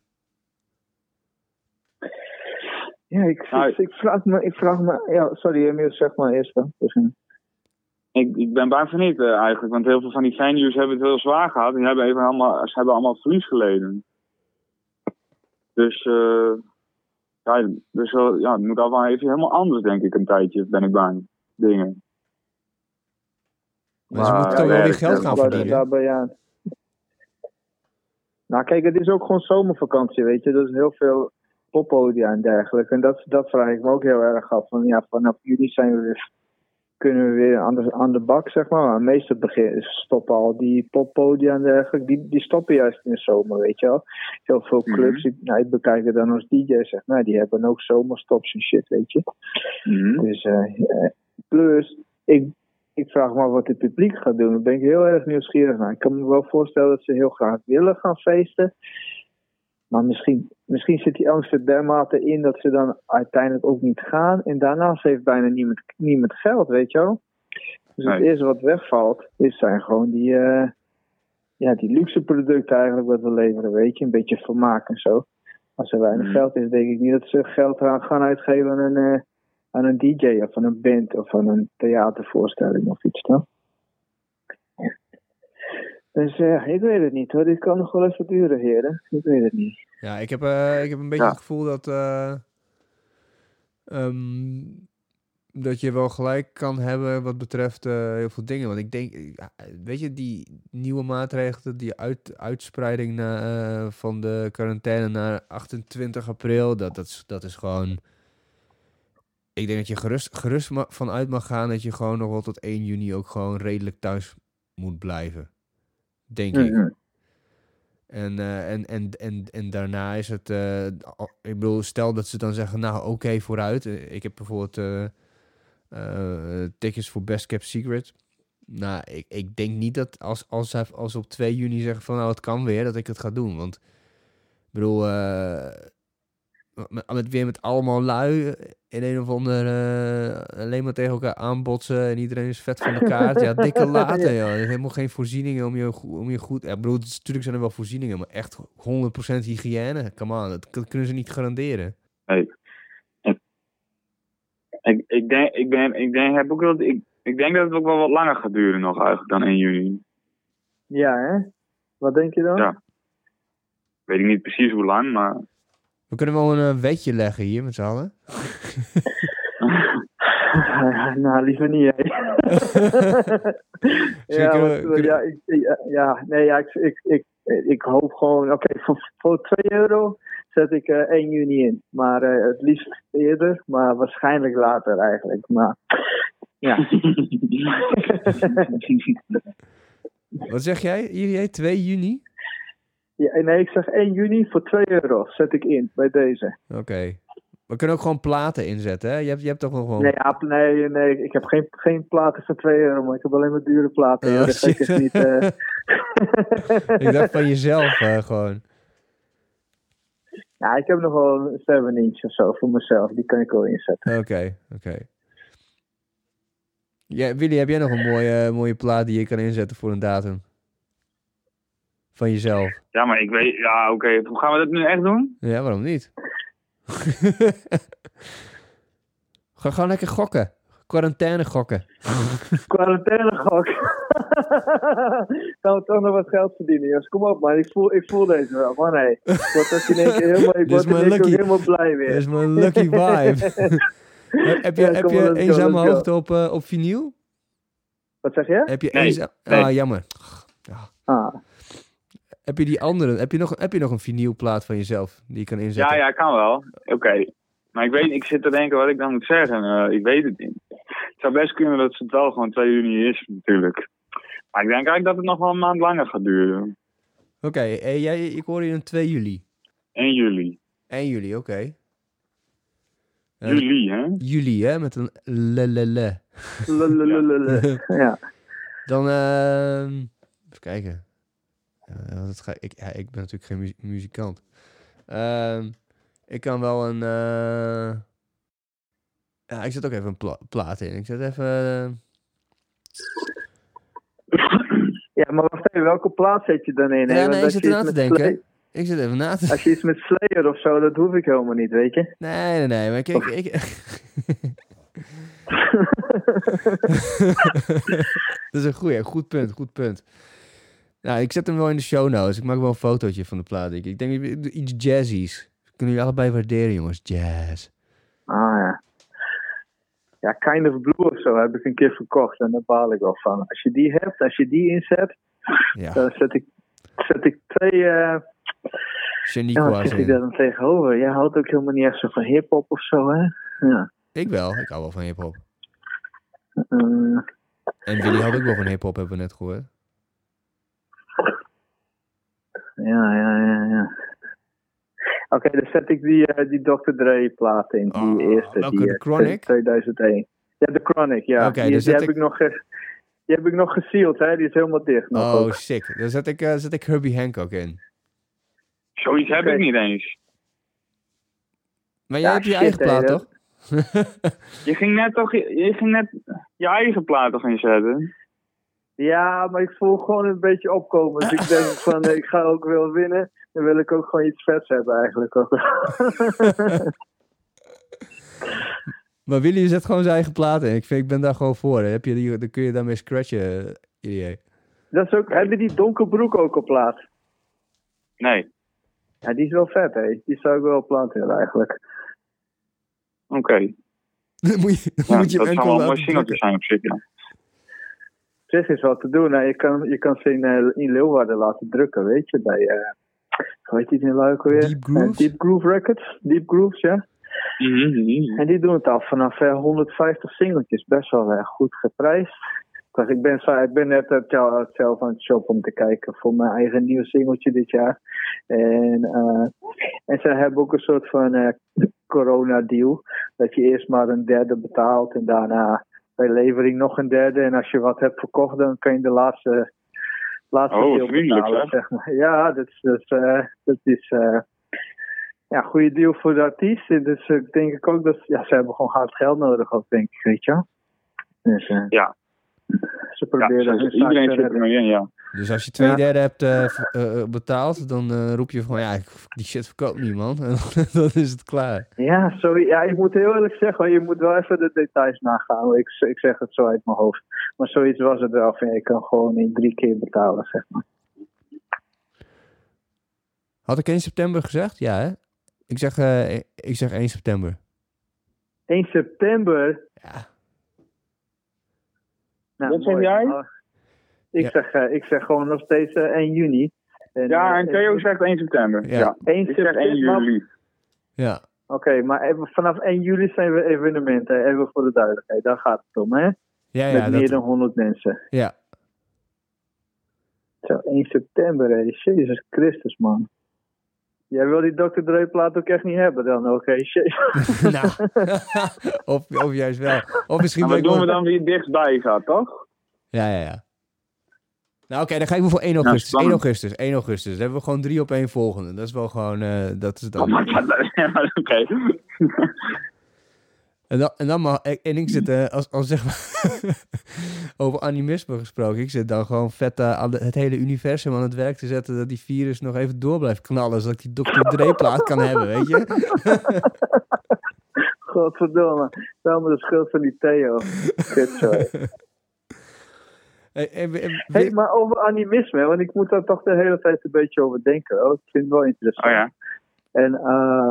Speaker 3: Ja, ik vraag me... Ja, sorry, Emiel, zeg maar eerst dan.
Speaker 4: Ik ben bang van niet eigenlijk, want heel veel van die venues hebben het heel zwaar gehad. En ze hebben allemaal verlies geleden. Dus het moet allemaal even helemaal anders, denk ik, een tijdje, ben ik bang. Dingen.
Speaker 2: Maar ze moeten toch wel weer geld gaan verdienen?
Speaker 3: Nou kijk, het is ook gewoon zomervakantie, weet je. Dat is heel veel poppodia en dergelijke. En dat vraag ik me ook heel erg af. Van, ja, vanaf juli kunnen we weer aan de bak, zeg maar. Maar meestal stoppen al die poppodia en dergelijke. Die stoppen juist in de zomer, weet je wel. Heel veel clubs, ik bekijk het dan als DJ, zeg maar. Die hebben ook zomerstops en shit, weet je. Dus, plus, ik vraag me wat het publiek gaat doen. Daar ben ik heel erg nieuwsgierig naar. Ik kan me wel voorstellen dat ze heel graag willen gaan feesten. Maar misschien zit die angst er dermate in dat ze dan uiteindelijk ook niet gaan. En daarnaast heeft bijna niemand geld, weet je wel. Dus het eerste wat wegvalt, zijn gewoon die luxe producten eigenlijk wat we leveren, weet je. Een beetje vermaak en zo. Als er weinig geld is, denk ik niet dat ze geld gaan uitgeven aan aan een DJ of aan een band of aan een theatervoorstelling of iets, toch? Dus ik weet het niet hoor. Dit kan nog wel even duren, heren. Ik weet het niet.
Speaker 2: Ja, ik heb een beetje het gevoel dat je wel gelijk kan hebben wat betreft heel veel dingen. Want ik denk, weet je, die nieuwe maatregelen, die uitspreiding van de quarantaine naar 28 april, dat is gewoon... Ik denk dat je gerust vanuit mag gaan dat je gewoon nog wel tot 1 juni ook gewoon redelijk thuis moet blijven. Denk ik. En daarna is het... ik bedoel, stel dat ze dan zeggen, nou oké, vooruit. Ik heb bijvoorbeeld tickets voor Best Kept Secret. Nou, ik denk niet dat als ze op 2 juni zeggen van, nou het kan weer, dat ik het ga doen. Want, ik bedoel... met allemaal lui in een of ander alleen maar tegen elkaar aanbotsen en iedereen is vet van de kaart. Ja, dikke laten, joh. Er zijn helemaal geen voorzieningen om je goed... Ja, ik bedoel, natuurlijk zijn er wel voorzieningen, maar echt 100% hygiëne. Come on, dat kunnen ze niet garanderen.
Speaker 4: Nee. Ik denk dat het ook wel wat langer gaat duren nog eigenlijk dan 1 juni.
Speaker 3: Ja, hè? Wat denk je dan?
Speaker 4: Ja. Weet ik niet precies hoe lang, maar...
Speaker 2: We kunnen wel een wetje leggen hier met z'n allen.
Speaker 3: Nou, liever niet, hè. Ik hoop gewoon... Oké, voor €2 zet ik 1 juni in. Maar het liefst eerder, maar waarschijnlijk later eigenlijk. Maar, ja.
Speaker 2: Wat zeg jij? Hier, 2 juni?
Speaker 3: Ja, nee, ik zeg 1 juni voor €2 zet ik in bij deze.
Speaker 2: Oké. We kunnen ook gewoon platen inzetten, hè? Je hebt toch nog gewoon...
Speaker 3: Nee, ik heb geen platen voor €2, maar ik heb alleen maar dure platen.
Speaker 2: Oh,
Speaker 3: dat is niet...
Speaker 2: Ik dacht van jezelf gewoon.
Speaker 3: Ja, ik heb nog wel een 7-inch of zo voor mezelf. Die kan ik wel inzetten.
Speaker 2: Oké. Ja, Willy, heb jij nog een mooie plaat die je kan inzetten voor een datum? Van jezelf.
Speaker 4: Ja, maar ik weet... Ja, oké. Hoe gaan we dat nu echt doen?
Speaker 2: Ja, waarom niet? Ga gewoon lekker gokken. Quarantaine gokken.
Speaker 3: Quarantaine gok. Gaan we toch nog wat geld verdienen, jongens. Kom op, man. Ik voel deze wel. Maar nee. Ik word ook in één keer helemaal blij weer.
Speaker 2: Dit is mijn lucky vibe. heb je Eenzame Hoogte op vinyl?
Speaker 3: Wat zeg je?
Speaker 2: Heb je
Speaker 4: nee.
Speaker 2: Ah, jammer.
Speaker 3: Ah.
Speaker 2: Heb je die andere? Heb je nog een vinylplaat van jezelf die je kan inzetten?
Speaker 4: Ja, kan wel. Oké. Maar ik zit te denken wat ik dan moet zeggen. Ik weet het niet. Het zou best kunnen dat het wel gewoon 2 juni is, natuurlijk. Maar ik denk eigenlijk dat het nog wel een maand langer gaat duren.
Speaker 2: Oké, ik hoor je een 2 juli.
Speaker 4: 1 juli.
Speaker 2: 1 juli, oké.
Speaker 4: Juli, hè?
Speaker 2: Juli, hè? Met een lelele.
Speaker 3: Ja.
Speaker 2: Dan, even kijken. Ik ben natuurlijk geen muzikant. Ik kan wel een... Ja, ik zet ook even een plaat in. Ik zet even...
Speaker 3: Ja, maar wacht even, welke plaat zet je dan in?
Speaker 2: Ja, nee, ik zit erna te denken. Ik zit even na te...
Speaker 3: Als je iets met Slayer of zo, dat hoef ik helemaal niet, weet je?
Speaker 2: Nee, maar ik... Dat is een goed punt. Nou, ik zet hem wel in de show notes. Ik maak wel een fotootje van de plaat. Ik denk iets jazzies. Kunnen jullie allebei waarderen, jongens? Jazz.
Speaker 3: Ah, ja. Ja, Kind of Blue of zo heb ik een keer verkocht. En daar baal ik wel van. Als je die hebt, als je die inzet,
Speaker 2: ja.
Speaker 3: Dan zet ik 2...
Speaker 2: Shaniqua's
Speaker 3: zet ik daar dan tegenover? Jij houdt ook helemaal niet echt zo van hiphop of zo, hè? Ja.
Speaker 2: Ik wel. Ik hou wel van hiphop. En Willy houdt ook wel van hiphop, hebben we net gehoord.
Speaker 3: Ja. Oké, dan zet ik die Dr. Dre plaat in. Die eerste.
Speaker 2: Welke, de Chronic?
Speaker 3: 2001. Ja, de Chronic, ja.
Speaker 2: Okay,
Speaker 3: die heb ik nog gesealed, hè. Die is helemaal dicht nog.
Speaker 2: Oh,
Speaker 3: ook.
Speaker 2: sick. Dan zet ik Herbie Hancock in.
Speaker 4: Zoiets heb ik niet eens.
Speaker 2: Maar jij hebt je eigen plaat, toch?
Speaker 4: Je ging net je eigen plaat toch inzetten?
Speaker 3: Ja, maar ik voel gewoon een beetje opkomen. Dus ik denk van, ik ga ook wel winnen. Dan wil ik ook gewoon iets vets hebben eigenlijk.
Speaker 2: Maar Willy zet gewoon zijn eigen plaat in. Ik ben daar gewoon voor. Dan kun je daarmee scratchen, idee.
Speaker 3: Dat is ook, heb je die donkerbroek ook op plaat?
Speaker 4: Nee.
Speaker 3: Ja, die is wel vet, hè. Die zou ik wel op plaat willen, eigenlijk.
Speaker 4: Oké.
Speaker 2: Dan moet je
Speaker 4: Ja,
Speaker 2: hem
Speaker 4: dat zou
Speaker 2: enkel
Speaker 4: wel een mooi
Speaker 2: laten
Speaker 4: singeltje
Speaker 2: drukken.
Speaker 4: zijn op zich, ja.
Speaker 3: Zeg is wat te doen. Hè. Je kan ze in Leeuwarden laten drukken, weet je. Bij, hoe heet die nou ook weer?
Speaker 2: Deep Grooves?
Speaker 3: Deep Groove Records. Deep Grooves, ja. En die doen het al vanaf 150 singeltjes. Best wel goed geprijsd. Dus ik ben net zelf aan het shoppen om te kijken voor mijn eigen nieuw singeltje dit jaar. En ze hebben ook een soort van corona-deal. Dat je eerst maar een derde betaalt en daarna bij levering nog een derde. En als je wat hebt verkocht, dan kan je de laatste deel
Speaker 4: vriendelijk,
Speaker 3: betalen.
Speaker 4: hè?
Speaker 3: Zeg maar. Ja, dat is een goede deal voor de artiest. Dus ik denk ook dat ze hebben gewoon hard geld nodig ook, denk ik, weet je. Dus,
Speaker 4: Ja.
Speaker 3: Ze proberen hun zaak
Speaker 4: iedereen
Speaker 3: te
Speaker 4: zit er
Speaker 3: redden.
Speaker 4: mee in, ja.
Speaker 2: Dus als je 2/3 hebt betaald, dan roep je van, die shit verkoopt niet, man. En dan is het klaar.
Speaker 3: Ja, sorry. Ja, ik moet heel eerlijk zeggen, je moet wel even de details nagaan. Ik zeg het zo uit mijn hoofd. Maar zoiets was het wel. Van, je kan gewoon in 3 keer betalen, zeg maar.
Speaker 2: Had ik 1 september gezegd? Ja, hè? Ik zeg 1 september.
Speaker 3: 1 september?
Speaker 2: Ja.
Speaker 3: Nou,
Speaker 4: Wat zeg
Speaker 3: mooi.
Speaker 4: jij?
Speaker 3: Ik zeg gewoon nog steeds 1 juni.
Speaker 4: En Theo zegt 1 september.
Speaker 2: Ja.
Speaker 4: Ja.
Speaker 3: 1
Speaker 4: Ik zeg 1
Speaker 3: september.
Speaker 4: juli.
Speaker 2: Ja.
Speaker 3: Oké, maar vanaf 1 juli zijn we evenementen. Even voor de duidelijkheid. Daar gaat het om, hè?
Speaker 2: Ja,
Speaker 3: Met meer dan 100 mensen.
Speaker 2: Ja.
Speaker 3: Zo, 1 september, hè. Jezus Christus, man. Jij wil die Dr. Dre plaat ook echt niet hebben dan, oké?
Speaker 2: Nou, of juist wel. Of misschien
Speaker 4: Maar
Speaker 2: ben ik
Speaker 4: doen
Speaker 2: wel-
Speaker 4: we dan wie het dichtstbij gaat, toch?
Speaker 2: Ja. Nou, oké, dan ga ik wel voor 1 augustus.
Speaker 4: spannend.
Speaker 2: 1 augustus. Dan hebben we gewoon 3 op 1 volgende. Dat is wel gewoon, dat is het dan.
Speaker 4: Oké.
Speaker 2: En dan mag ik zit, als zeg maar, over animisme gesproken, ik zit dan gewoon vet het hele universum aan het werk te zetten dat die virus nog even door blijft knallen, zodat ik die Dr. Dre plaat kan hebben, weet je?
Speaker 3: Godverdomme. Stel me de schuld van die Theo. Kut, sorry. Hey, maar over animisme, want ik moet daar toch de hele tijd een beetje over denken. Hoor. Ik vind het wel interessant.
Speaker 4: Oh ja.
Speaker 3: En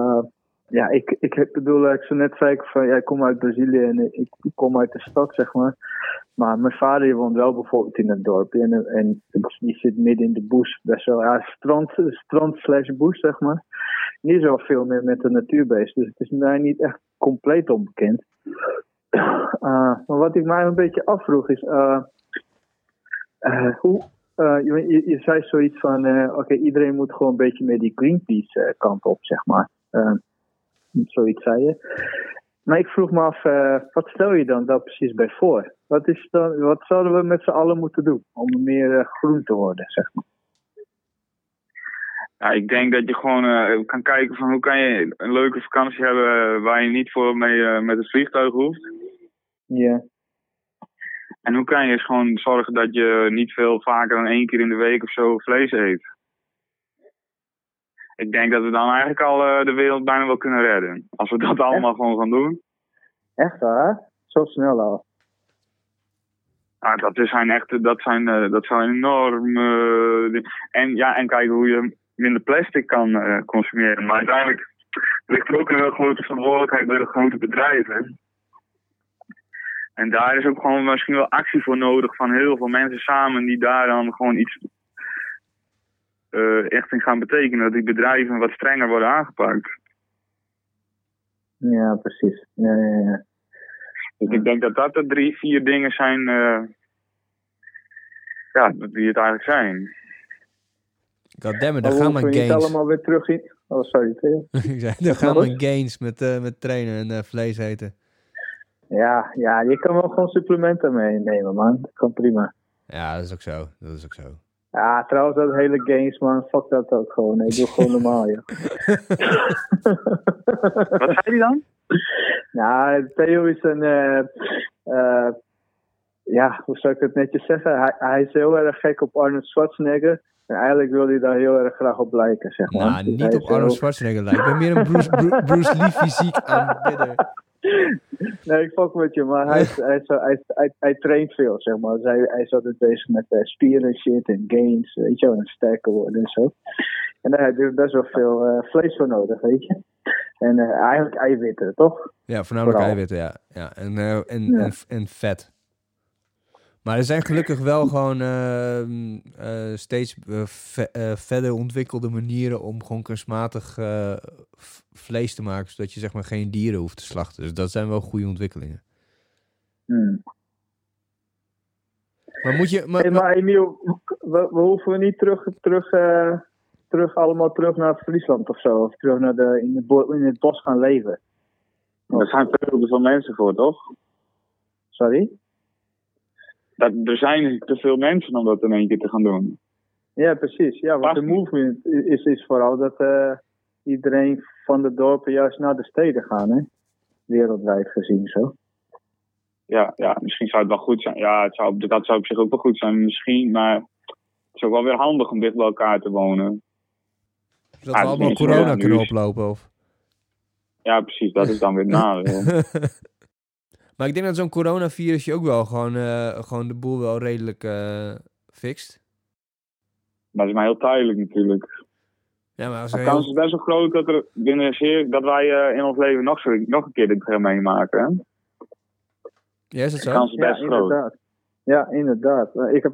Speaker 3: ik bedoel, ik zo net zei ik kom uit Brazilië en ik kom uit de stad, zeg maar. Maar mijn vader die woont wel bijvoorbeeld in een dorpje en die zit midden in de bush, best wel, strand/bush, zeg maar. Niet zo veel meer met de natuur bezig, dus het is mij niet echt compleet onbekend. Maar wat ik mij een beetje afvroeg is, je zei zoiets van, oké, iedereen moet gewoon een beetje meer die Greenpeace kant op, zeg maar. Zoiets zei je. Maar ik vroeg me af, wat stel je dan daar precies bij voor? Wat zouden we met z'n allen moeten doen om meer groen te worden, zeg maar?
Speaker 4: Ja, ik denk dat je gewoon kan kijken van hoe kan je een leuke vakantie hebben waar je niet voor mee met het vliegtuig hoeft.
Speaker 3: Ja.
Speaker 4: En hoe kan je eens gewoon zorgen dat je niet veel vaker dan 1 keer in de week of zo vlees eet. Ik denk dat we dan eigenlijk al de wereld bijna wel kunnen redden. Als we dat allemaal gewoon gaan doen.
Speaker 3: Echt waar? Zo snel al?
Speaker 4: Nou, dat zijn enorm... en kijken hoe je minder plastic kan consumeren. Maar uiteindelijk ligt er ook een heel grote verantwoordelijkheid bij de grote bedrijven. En daar is ook gewoon misschien wel actie voor nodig van heel veel mensen samen die daar dan gewoon iets echt in gaan betekenen. Dat die bedrijven wat strenger worden aangepakt.
Speaker 3: Ja, precies. Ja.
Speaker 4: Dus ik denk dat dat de 3, 4 dingen zijn die het eigenlijk zijn.
Speaker 2: Goddammit, daar gaan mijn gains.
Speaker 3: allemaal weer terug in. Oh, sorry.
Speaker 2: Ik zei, daar gaan mijn gains met trainen en vlees eten.
Speaker 3: Ja, je kan wel gewoon supplementen meenemen, man. Dat kan prima.
Speaker 2: Ja, dat is ook zo.
Speaker 3: Ja, trouwens, dat hele gains, man. Fuck dat ook gewoon. Nee, ik doe gewoon normaal, joh.
Speaker 4: Wat zei hij dan?
Speaker 3: Nou, Theo is een... hoe zou ik het netjes zeggen? Hij is heel erg gek op Arnold Schwarzenegger. En eigenlijk wil hij daar heel erg graag op lijken, zeg maar.
Speaker 2: Nou, niet op Arnold Schwarzenegger lijken. Ik ben meer een Bruce Lee fysiek aanbidder.
Speaker 3: Nee, ik fuck met je, maar hij traint veel, zeg maar. Dus hij is altijd bezig met spieren en shit en gains, weet je wel, en sterker worden en zo. En daar heb je best wel veel vlees voor nodig, weet je. En eigenlijk eiwitten, toch?
Speaker 2: Ja, voornamelijk
Speaker 3: Vooral.
Speaker 2: eiwitten, ja.
Speaker 3: Ja.
Speaker 2: En vet. Maar er zijn gelukkig wel gewoon steeds verder ontwikkelde manieren om gewoon kunstmatig vlees te maken, zodat je zeg maar geen dieren hoeft te slachten. Dus dat zijn wel goede ontwikkelingen. Maar moet je...
Speaker 3: Maar Emiel, we hoeven niet terug allemaal terug naar Friesland of zo. Of terug naar in het bos gaan leven.
Speaker 4: Er zijn veel te veel mensen voor, toch?
Speaker 3: Sorry?
Speaker 4: Er zijn te veel mensen om dat in één keer te gaan doen.
Speaker 3: Ja, precies. Ja, want de movement is vooral dat iedereen van de dorpen juist naar de steden gaan, hè? Wereldwijd gezien zo.
Speaker 4: Ja, misschien zou het wel goed zijn. Ja, dat zou op zich ook wel goed zijn misschien, maar het is ook wel weer handig om dicht bij elkaar te wonen.
Speaker 2: Dat we allemaal corona kunnen oplopen, of?
Speaker 4: Ja, precies. Dat is dan weer het nadeel.
Speaker 2: Maar ik denk dat zo'n coronavirus je ook wel gewoon de boel wel redelijk fixt.
Speaker 4: Dat is maar heel tijdelijk natuurlijk.
Speaker 2: Ja, maar
Speaker 4: de kans is best wel groot dat wij in ons leven nog een keer dit gaan meemaken. Hè?
Speaker 2: Ja, is dat zo?
Speaker 4: De kans is best groot.
Speaker 3: Inderdaad. Ja, inderdaad.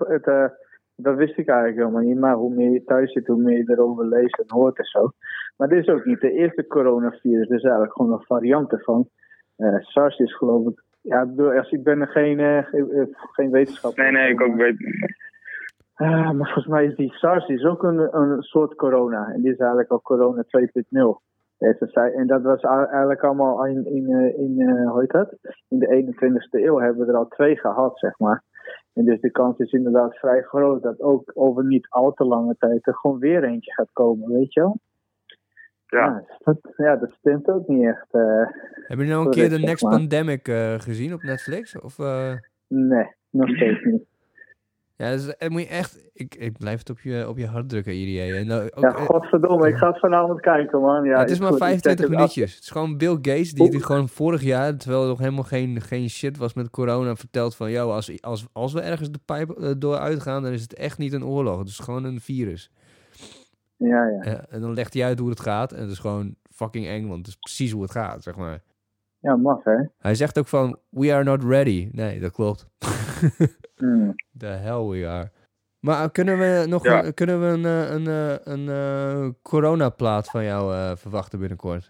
Speaker 3: Dat wist ik eigenlijk helemaal niet. Maar hoe meer je thuis zit, hoe meer je erover leest en hoort en zo. Maar dit is ook niet de eerste coronavirus. Er is eigenlijk gewoon een variant ervan. SARS is geloof ik... Ja, ik ben er geen wetenschapper.
Speaker 4: Nee, ik ook weet...
Speaker 3: maar volgens mij is die SARS is ook een soort corona. En die is eigenlijk al corona 2.0. En dat was eigenlijk allemaal hoe heet dat? In de 21ste eeuw hebben we er al 2 gehad, zeg maar. En dus de kans is inderdaad vrij groot dat ook over niet al te lange tijd er gewoon weer eentje gaat komen, weet je wel? Ja, dat stemt ook niet echt.
Speaker 2: Hebben jullie nou een keer de Next Pandemic gezien op Netflix? Of,
Speaker 3: Nee, nog steeds niet.
Speaker 2: Ja, dus moet je echt... Ik blijf het op je hart drukken, IDA.
Speaker 3: Ja, godverdomme, ik ga het vanavond kijken, man. Ja,
Speaker 2: het is maar 25 minuutjes. Het is gewoon Bill Gates die gewoon vorig jaar, terwijl er nog helemaal geen shit was met corona, vertelt van, yo, als we ergens de pijp door uitgaan, dan is het echt niet een oorlog. Het is gewoon een virus.
Speaker 3: Ja.
Speaker 2: En dan legt hij uit hoe het gaat. En het is gewoon fucking eng, want het is precies hoe het gaat, zeg maar.
Speaker 3: Ja, maf, hè?
Speaker 2: Hij zegt ook van, we are not ready. Nee, dat klopt. The hell we are. Maar kunnen we nog een coronaplaat van jou verwachten binnenkort?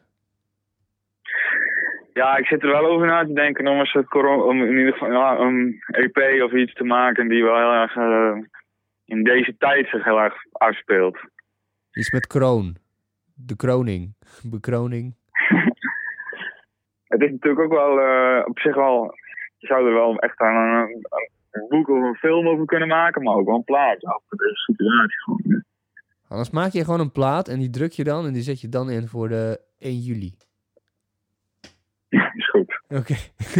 Speaker 4: Ja, ik zit er wel over na te denken om in ieder geval een EP of iets te maken die wel heel erg in deze tijd zich heel erg afspeelt.
Speaker 2: Iets met kroon. De kroning. Bekroning.
Speaker 4: Het is natuurlijk ook wel op zich wel... Je zou er wel echt aan een boek of een film over kunnen maken, maar ook wel een plaat over deze situatie gewoon.
Speaker 2: Anders maak je gewoon een plaat en die druk je dan en die zet je dan in voor de 1 juli.
Speaker 4: Ja, is goed.
Speaker 2: Oké.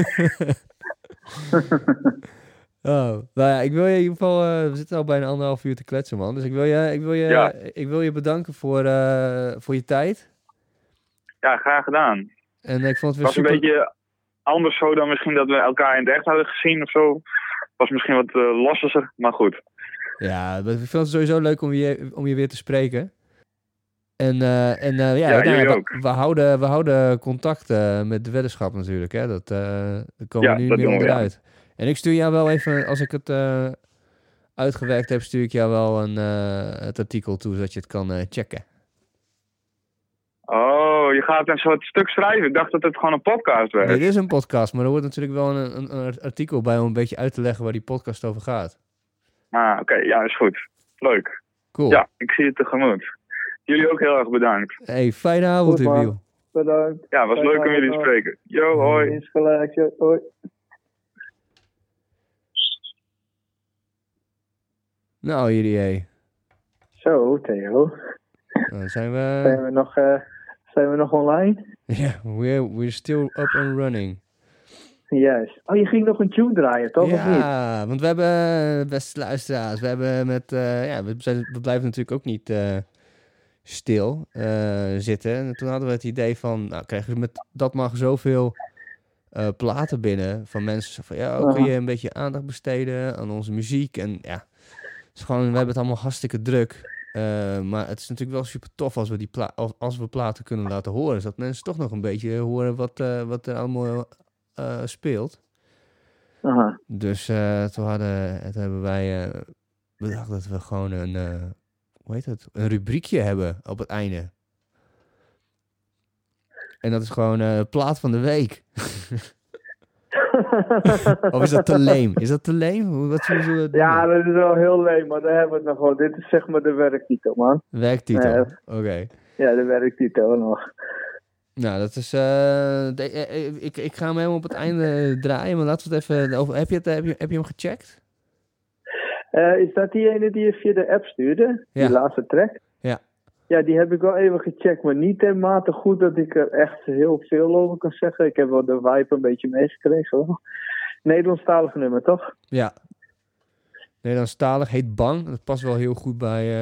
Speaker 2: Oh, nou ja, ik wil je in ieder geval... we zitten al bijna 1,5 uur te kletsen, man. Dus ik wil je bedanken voor je tijd.
Speaker 4: Ja, graag gedaan.
Speaker 2: En ik vond het
Speaker 4: was super... een beetje anders zo dan misschien dat we elkaar in het echt hadden gezien of zo. Was misschien wat losser, maar goed.
Speaker 2: Ja, ik vind het sowieso leuk om je weer te spreken. En we houden contact met de weddenschap natuurlijk. Hè? Dat komen we nu meer onderuit. Ja. En ik stuur jou wel even, als ik het uitgewerkt heb, stuur ik jou wel het artikel toe, zodat je het kan checken.
Speaker 4: Oh, je gaat een soort stuk schrijven. Ik dacht dat het gewoon een podcast was.
Speaker 2: Nee, dit is een podcast, maar er wordt natuurlijk wel een artikel bij om een beetje uit te leggen waar die podcast over gaat.
Speaker 4: Ah, oké. Ja, is goed. Leuk.
Speaker 2: Cool.
Speaker 4: Ja, ik zie het tegemoet. Jullie ook heel erg bedankt.
Speaker 2: Hey, fijne avond, Emiel.
Speaker 3: Bedankt.
Speaker 4: Ja, was leuk om jullie te spreken. Yo, hoi.
Speaker 3: Is gelijk, hoi.
Speaker 2: Nou, IDA.
Speaker 3: Zo, Theo.
Speaker 2: Zijn
Speaker 3: we nog online?
Speaker 2: Ja, we're still up and running.
Speaker 3: Juist. Oh, je ging nog een tune draaien, toch?
Speaker 2: Ja,
Speaker 3: of niet?
Speaker 2: Want we hebben, beste luisteraars, we hebben we blijven natuurlijk ook niet stil zitten. En toen hadden we het idee van, nou, krijgen we met Dat Mag zoveel platen binnen van mensen. Zo van, ja, kun je een beetje aandacht besteden aan onze muziek? En ja, het is gewoon, we hebben het allemaal hartstikke druk. Maar het is natuurlijk wel super tof als we als we platen kunnen laten horen. Zodat mensen toch nog een beetje horen wat er allemaal speelt.
Speaker 3: Aha.
Speaker 2: Dus toen hebben wij bedacht dat we gewoon een rubriekje hebben op het einde. En dat is gewoon plaat van de week. Of is dat te leem? Is dat te leem? Wat zullen we doen?
Speaker 3: Ja, dat is wel heel leem, maar daar hebben we het nog wel. Dit is zeg maar de werktitel, man.
Speaker 2: Werktitel, oké.
Speaker 3: Ja, de werktitel nog.
Speaker 2: Nou, dat is... ik ga hem helemaal op het einde draaien, maar laten we het even over... Heb je hem gecheckt?
Speaker 3: Is dat die ene die je via de app stuurde?
Speaker 2: Ja.
Speaker 3: Die laatste track?
Speaker 2: Ja.
Speaker 3: Ja, die heb ik wel even gecheckt, maar niet dermate goed dat ik er echt heel veel over kan zeggen. Ik heb wel de vibe een beetje meegekregen, hoor. Nederlandstalig nummer, toch?
Speaker 2: Ja. Nederlandstalig, heet Bang. Dat past wel heel goed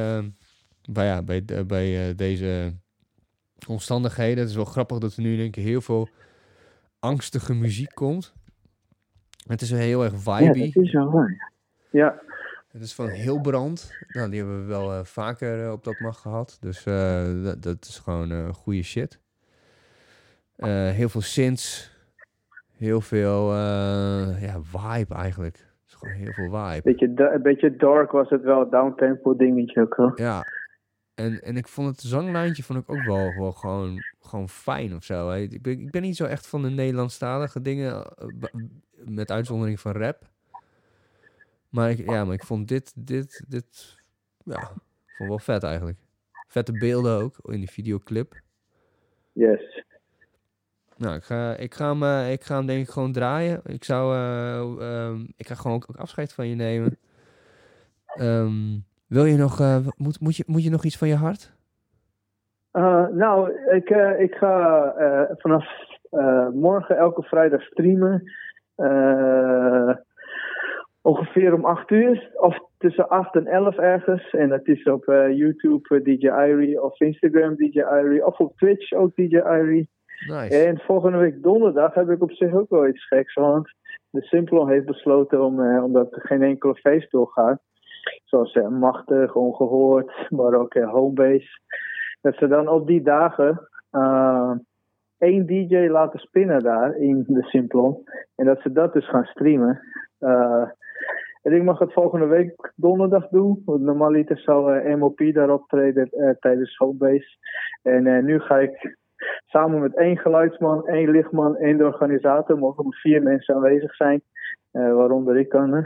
Speaker 2: bij deze omstandigheden. Het is wel grappig dat er nu denk ik heel veel angstige muziek komt. Het is wel heel erg vibey.
Speaker 3: Ja, dat is wel waar. Ja.
Speaker 2: Het is van Hilbrand. Nou, die hebben we wel vaker op dat mag gehad. Dus dat is gewoon goede shit. Heel veel synths. Heel veel vibe eigenlijk. Het is gewoon heel veel vibe.
Speaker 3: Een beetje dark was het wel. Downtempo dingetje ook wel.
Speaker 2: Ja. En ik vond het zanglijntje vond ik ook wel gewoon fijn of zo. Hè. Ik ben niet zo echt van de Nederlandstalige dingen. Met uitzondering van rap. Maar ik vond dit vond wel vet eigenlijk. Vette beelden ook in die videoclip.
Speaker 3: Yes.
Speaker 2: Nou, ik ga hem denk ik gewoon draaien. Ik ga gewoon ook afscheid van je nemen. Wil je nog, moet je nog iets van je hart?
Speaker 3: Nou, ik ga vanaf morgen elke vrijdag streamen. Ongeveer om 8 uur, of tussen 8 en 11 ergens. En dat is op YouTube DJ Irie, of Instagram DJ Irie, of op Twitch ook DJ Irie.
Speaker 2: Nice.
Speaker 3: En volgende week donderdag heb ik op zich ook wel iets geks, want de Simplon heeft besloten omdat er geen enkele feest doorgaat, zoals Machtig, Ongehoord, maar ook Homebase, dat ze dan op die dagen 1 DJ laten spinnen daar in de Simplon. En dat ze dat dus gaan streamen. En ik mag het volgende week donderdag doen. Want normaliter zal MOP daar optreden tijdens Homebase. En nu ga ik samen met 1 geluidsman, 1 lichtman, 1 de organisator. Mogen er 4 mensen aanwezig zijn. Waaronder ik dan.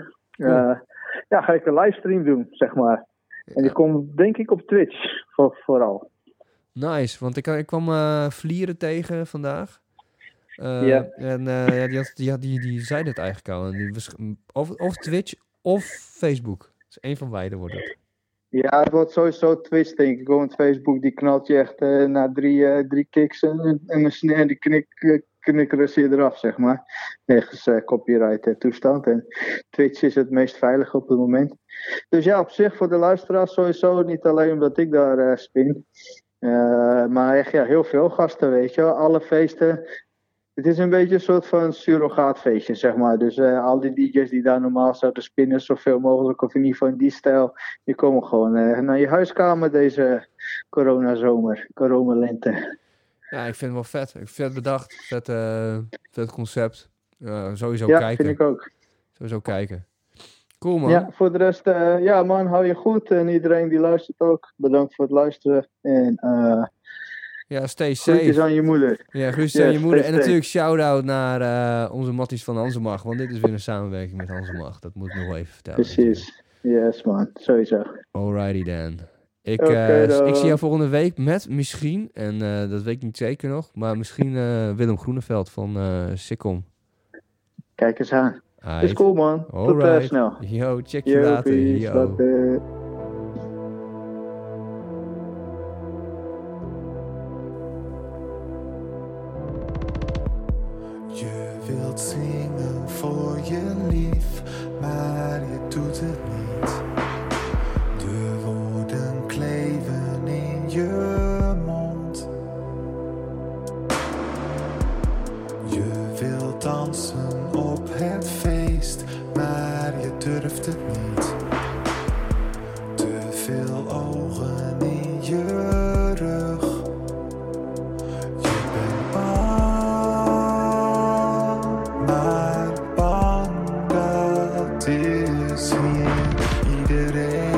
Speaker 3: Ga ik een livestream doen, zeg maar. En die komt denk ik op Twitch vooral. Nice,
Speaker 2: want ik kwam Vlieren tegen vandaag. En die zei het eigenlijk al. En die was, of Twitch of Facebook. Dus 1 van beide wordt het.
Speaker 3: Ja, het wordt sowieso Twitch, denk ik. Want Facebook die knalt je echt na 3 kicks en een snare die knikkeren ze je eraf, zeg maar. Wegens copyright toestand. En Twitch is het meest veilig op het moment. Dus ja, op zich voor de luisteraars sowieso. Niet alleen omdat ik daar spin. Maar echt heel veel gasten, weet je wel. Alle feesten. Het is een beetje een soort van surrogaatfeestje, zeg maar. Dus al die DJ's die daar normaal zouden spinnen, zoveel mogelijk, of in ieder geval in die stijl, die komen gewoon naar je huiskamer deze coronalente.
Speaker 2: Ja, ik vind het wel vet. Ik vind het bedacht. Vet concept. Sowieso
Speaker 3: ja,
Speaker 2: kijken.
Speaker 3: Ja, vind ik ook.
Speaker 2: Sowieso kijken. Cool, man.
Speaker 3: Ja, voor de rest, man, hou je goed. En iedereen die luistert ook, bedankt voor het luisteren. En
Speaker 2: stay safe.
Speaker 3: Groetjes aan je moeder.
Speaker 2: Ja, groetjes aan je moeder. En natuurlijk shout-out naar onze matties van Hanzemag. Want dit is weer een samenwerking met Hanzemag. Dat moet ik nog wel even vertellen.
Speaker 3: Precies. Yes, man. Sowieso.
Speaker 2: Alrighty dan. Ik zie jou volgende week met misschien, en dat weet ik niet zeker nog, maar misschien Willem Groeneveld van Sikkom.
Speaker 3: Kijk eens aan. Is cool, man. Tot snel.
Speaker 2: Yo, check je later. Yo.
Speaker 1: Je wilt zingen voor je lief, maar je doet het niet. De woorden kleven in je mond. Je wilt
Speaker 5: dansen op het feest, maar je durft het niet. Te veel ogen in je rug. Je bent bang, maar bang, dat is hier iedereen.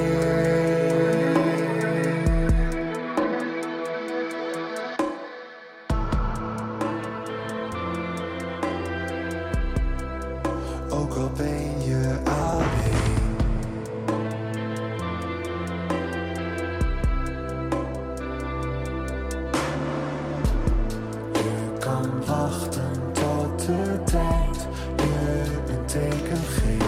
Speaker 5: Ook al ben je alleen, je kan wachten tot de tijd je een teken geeft.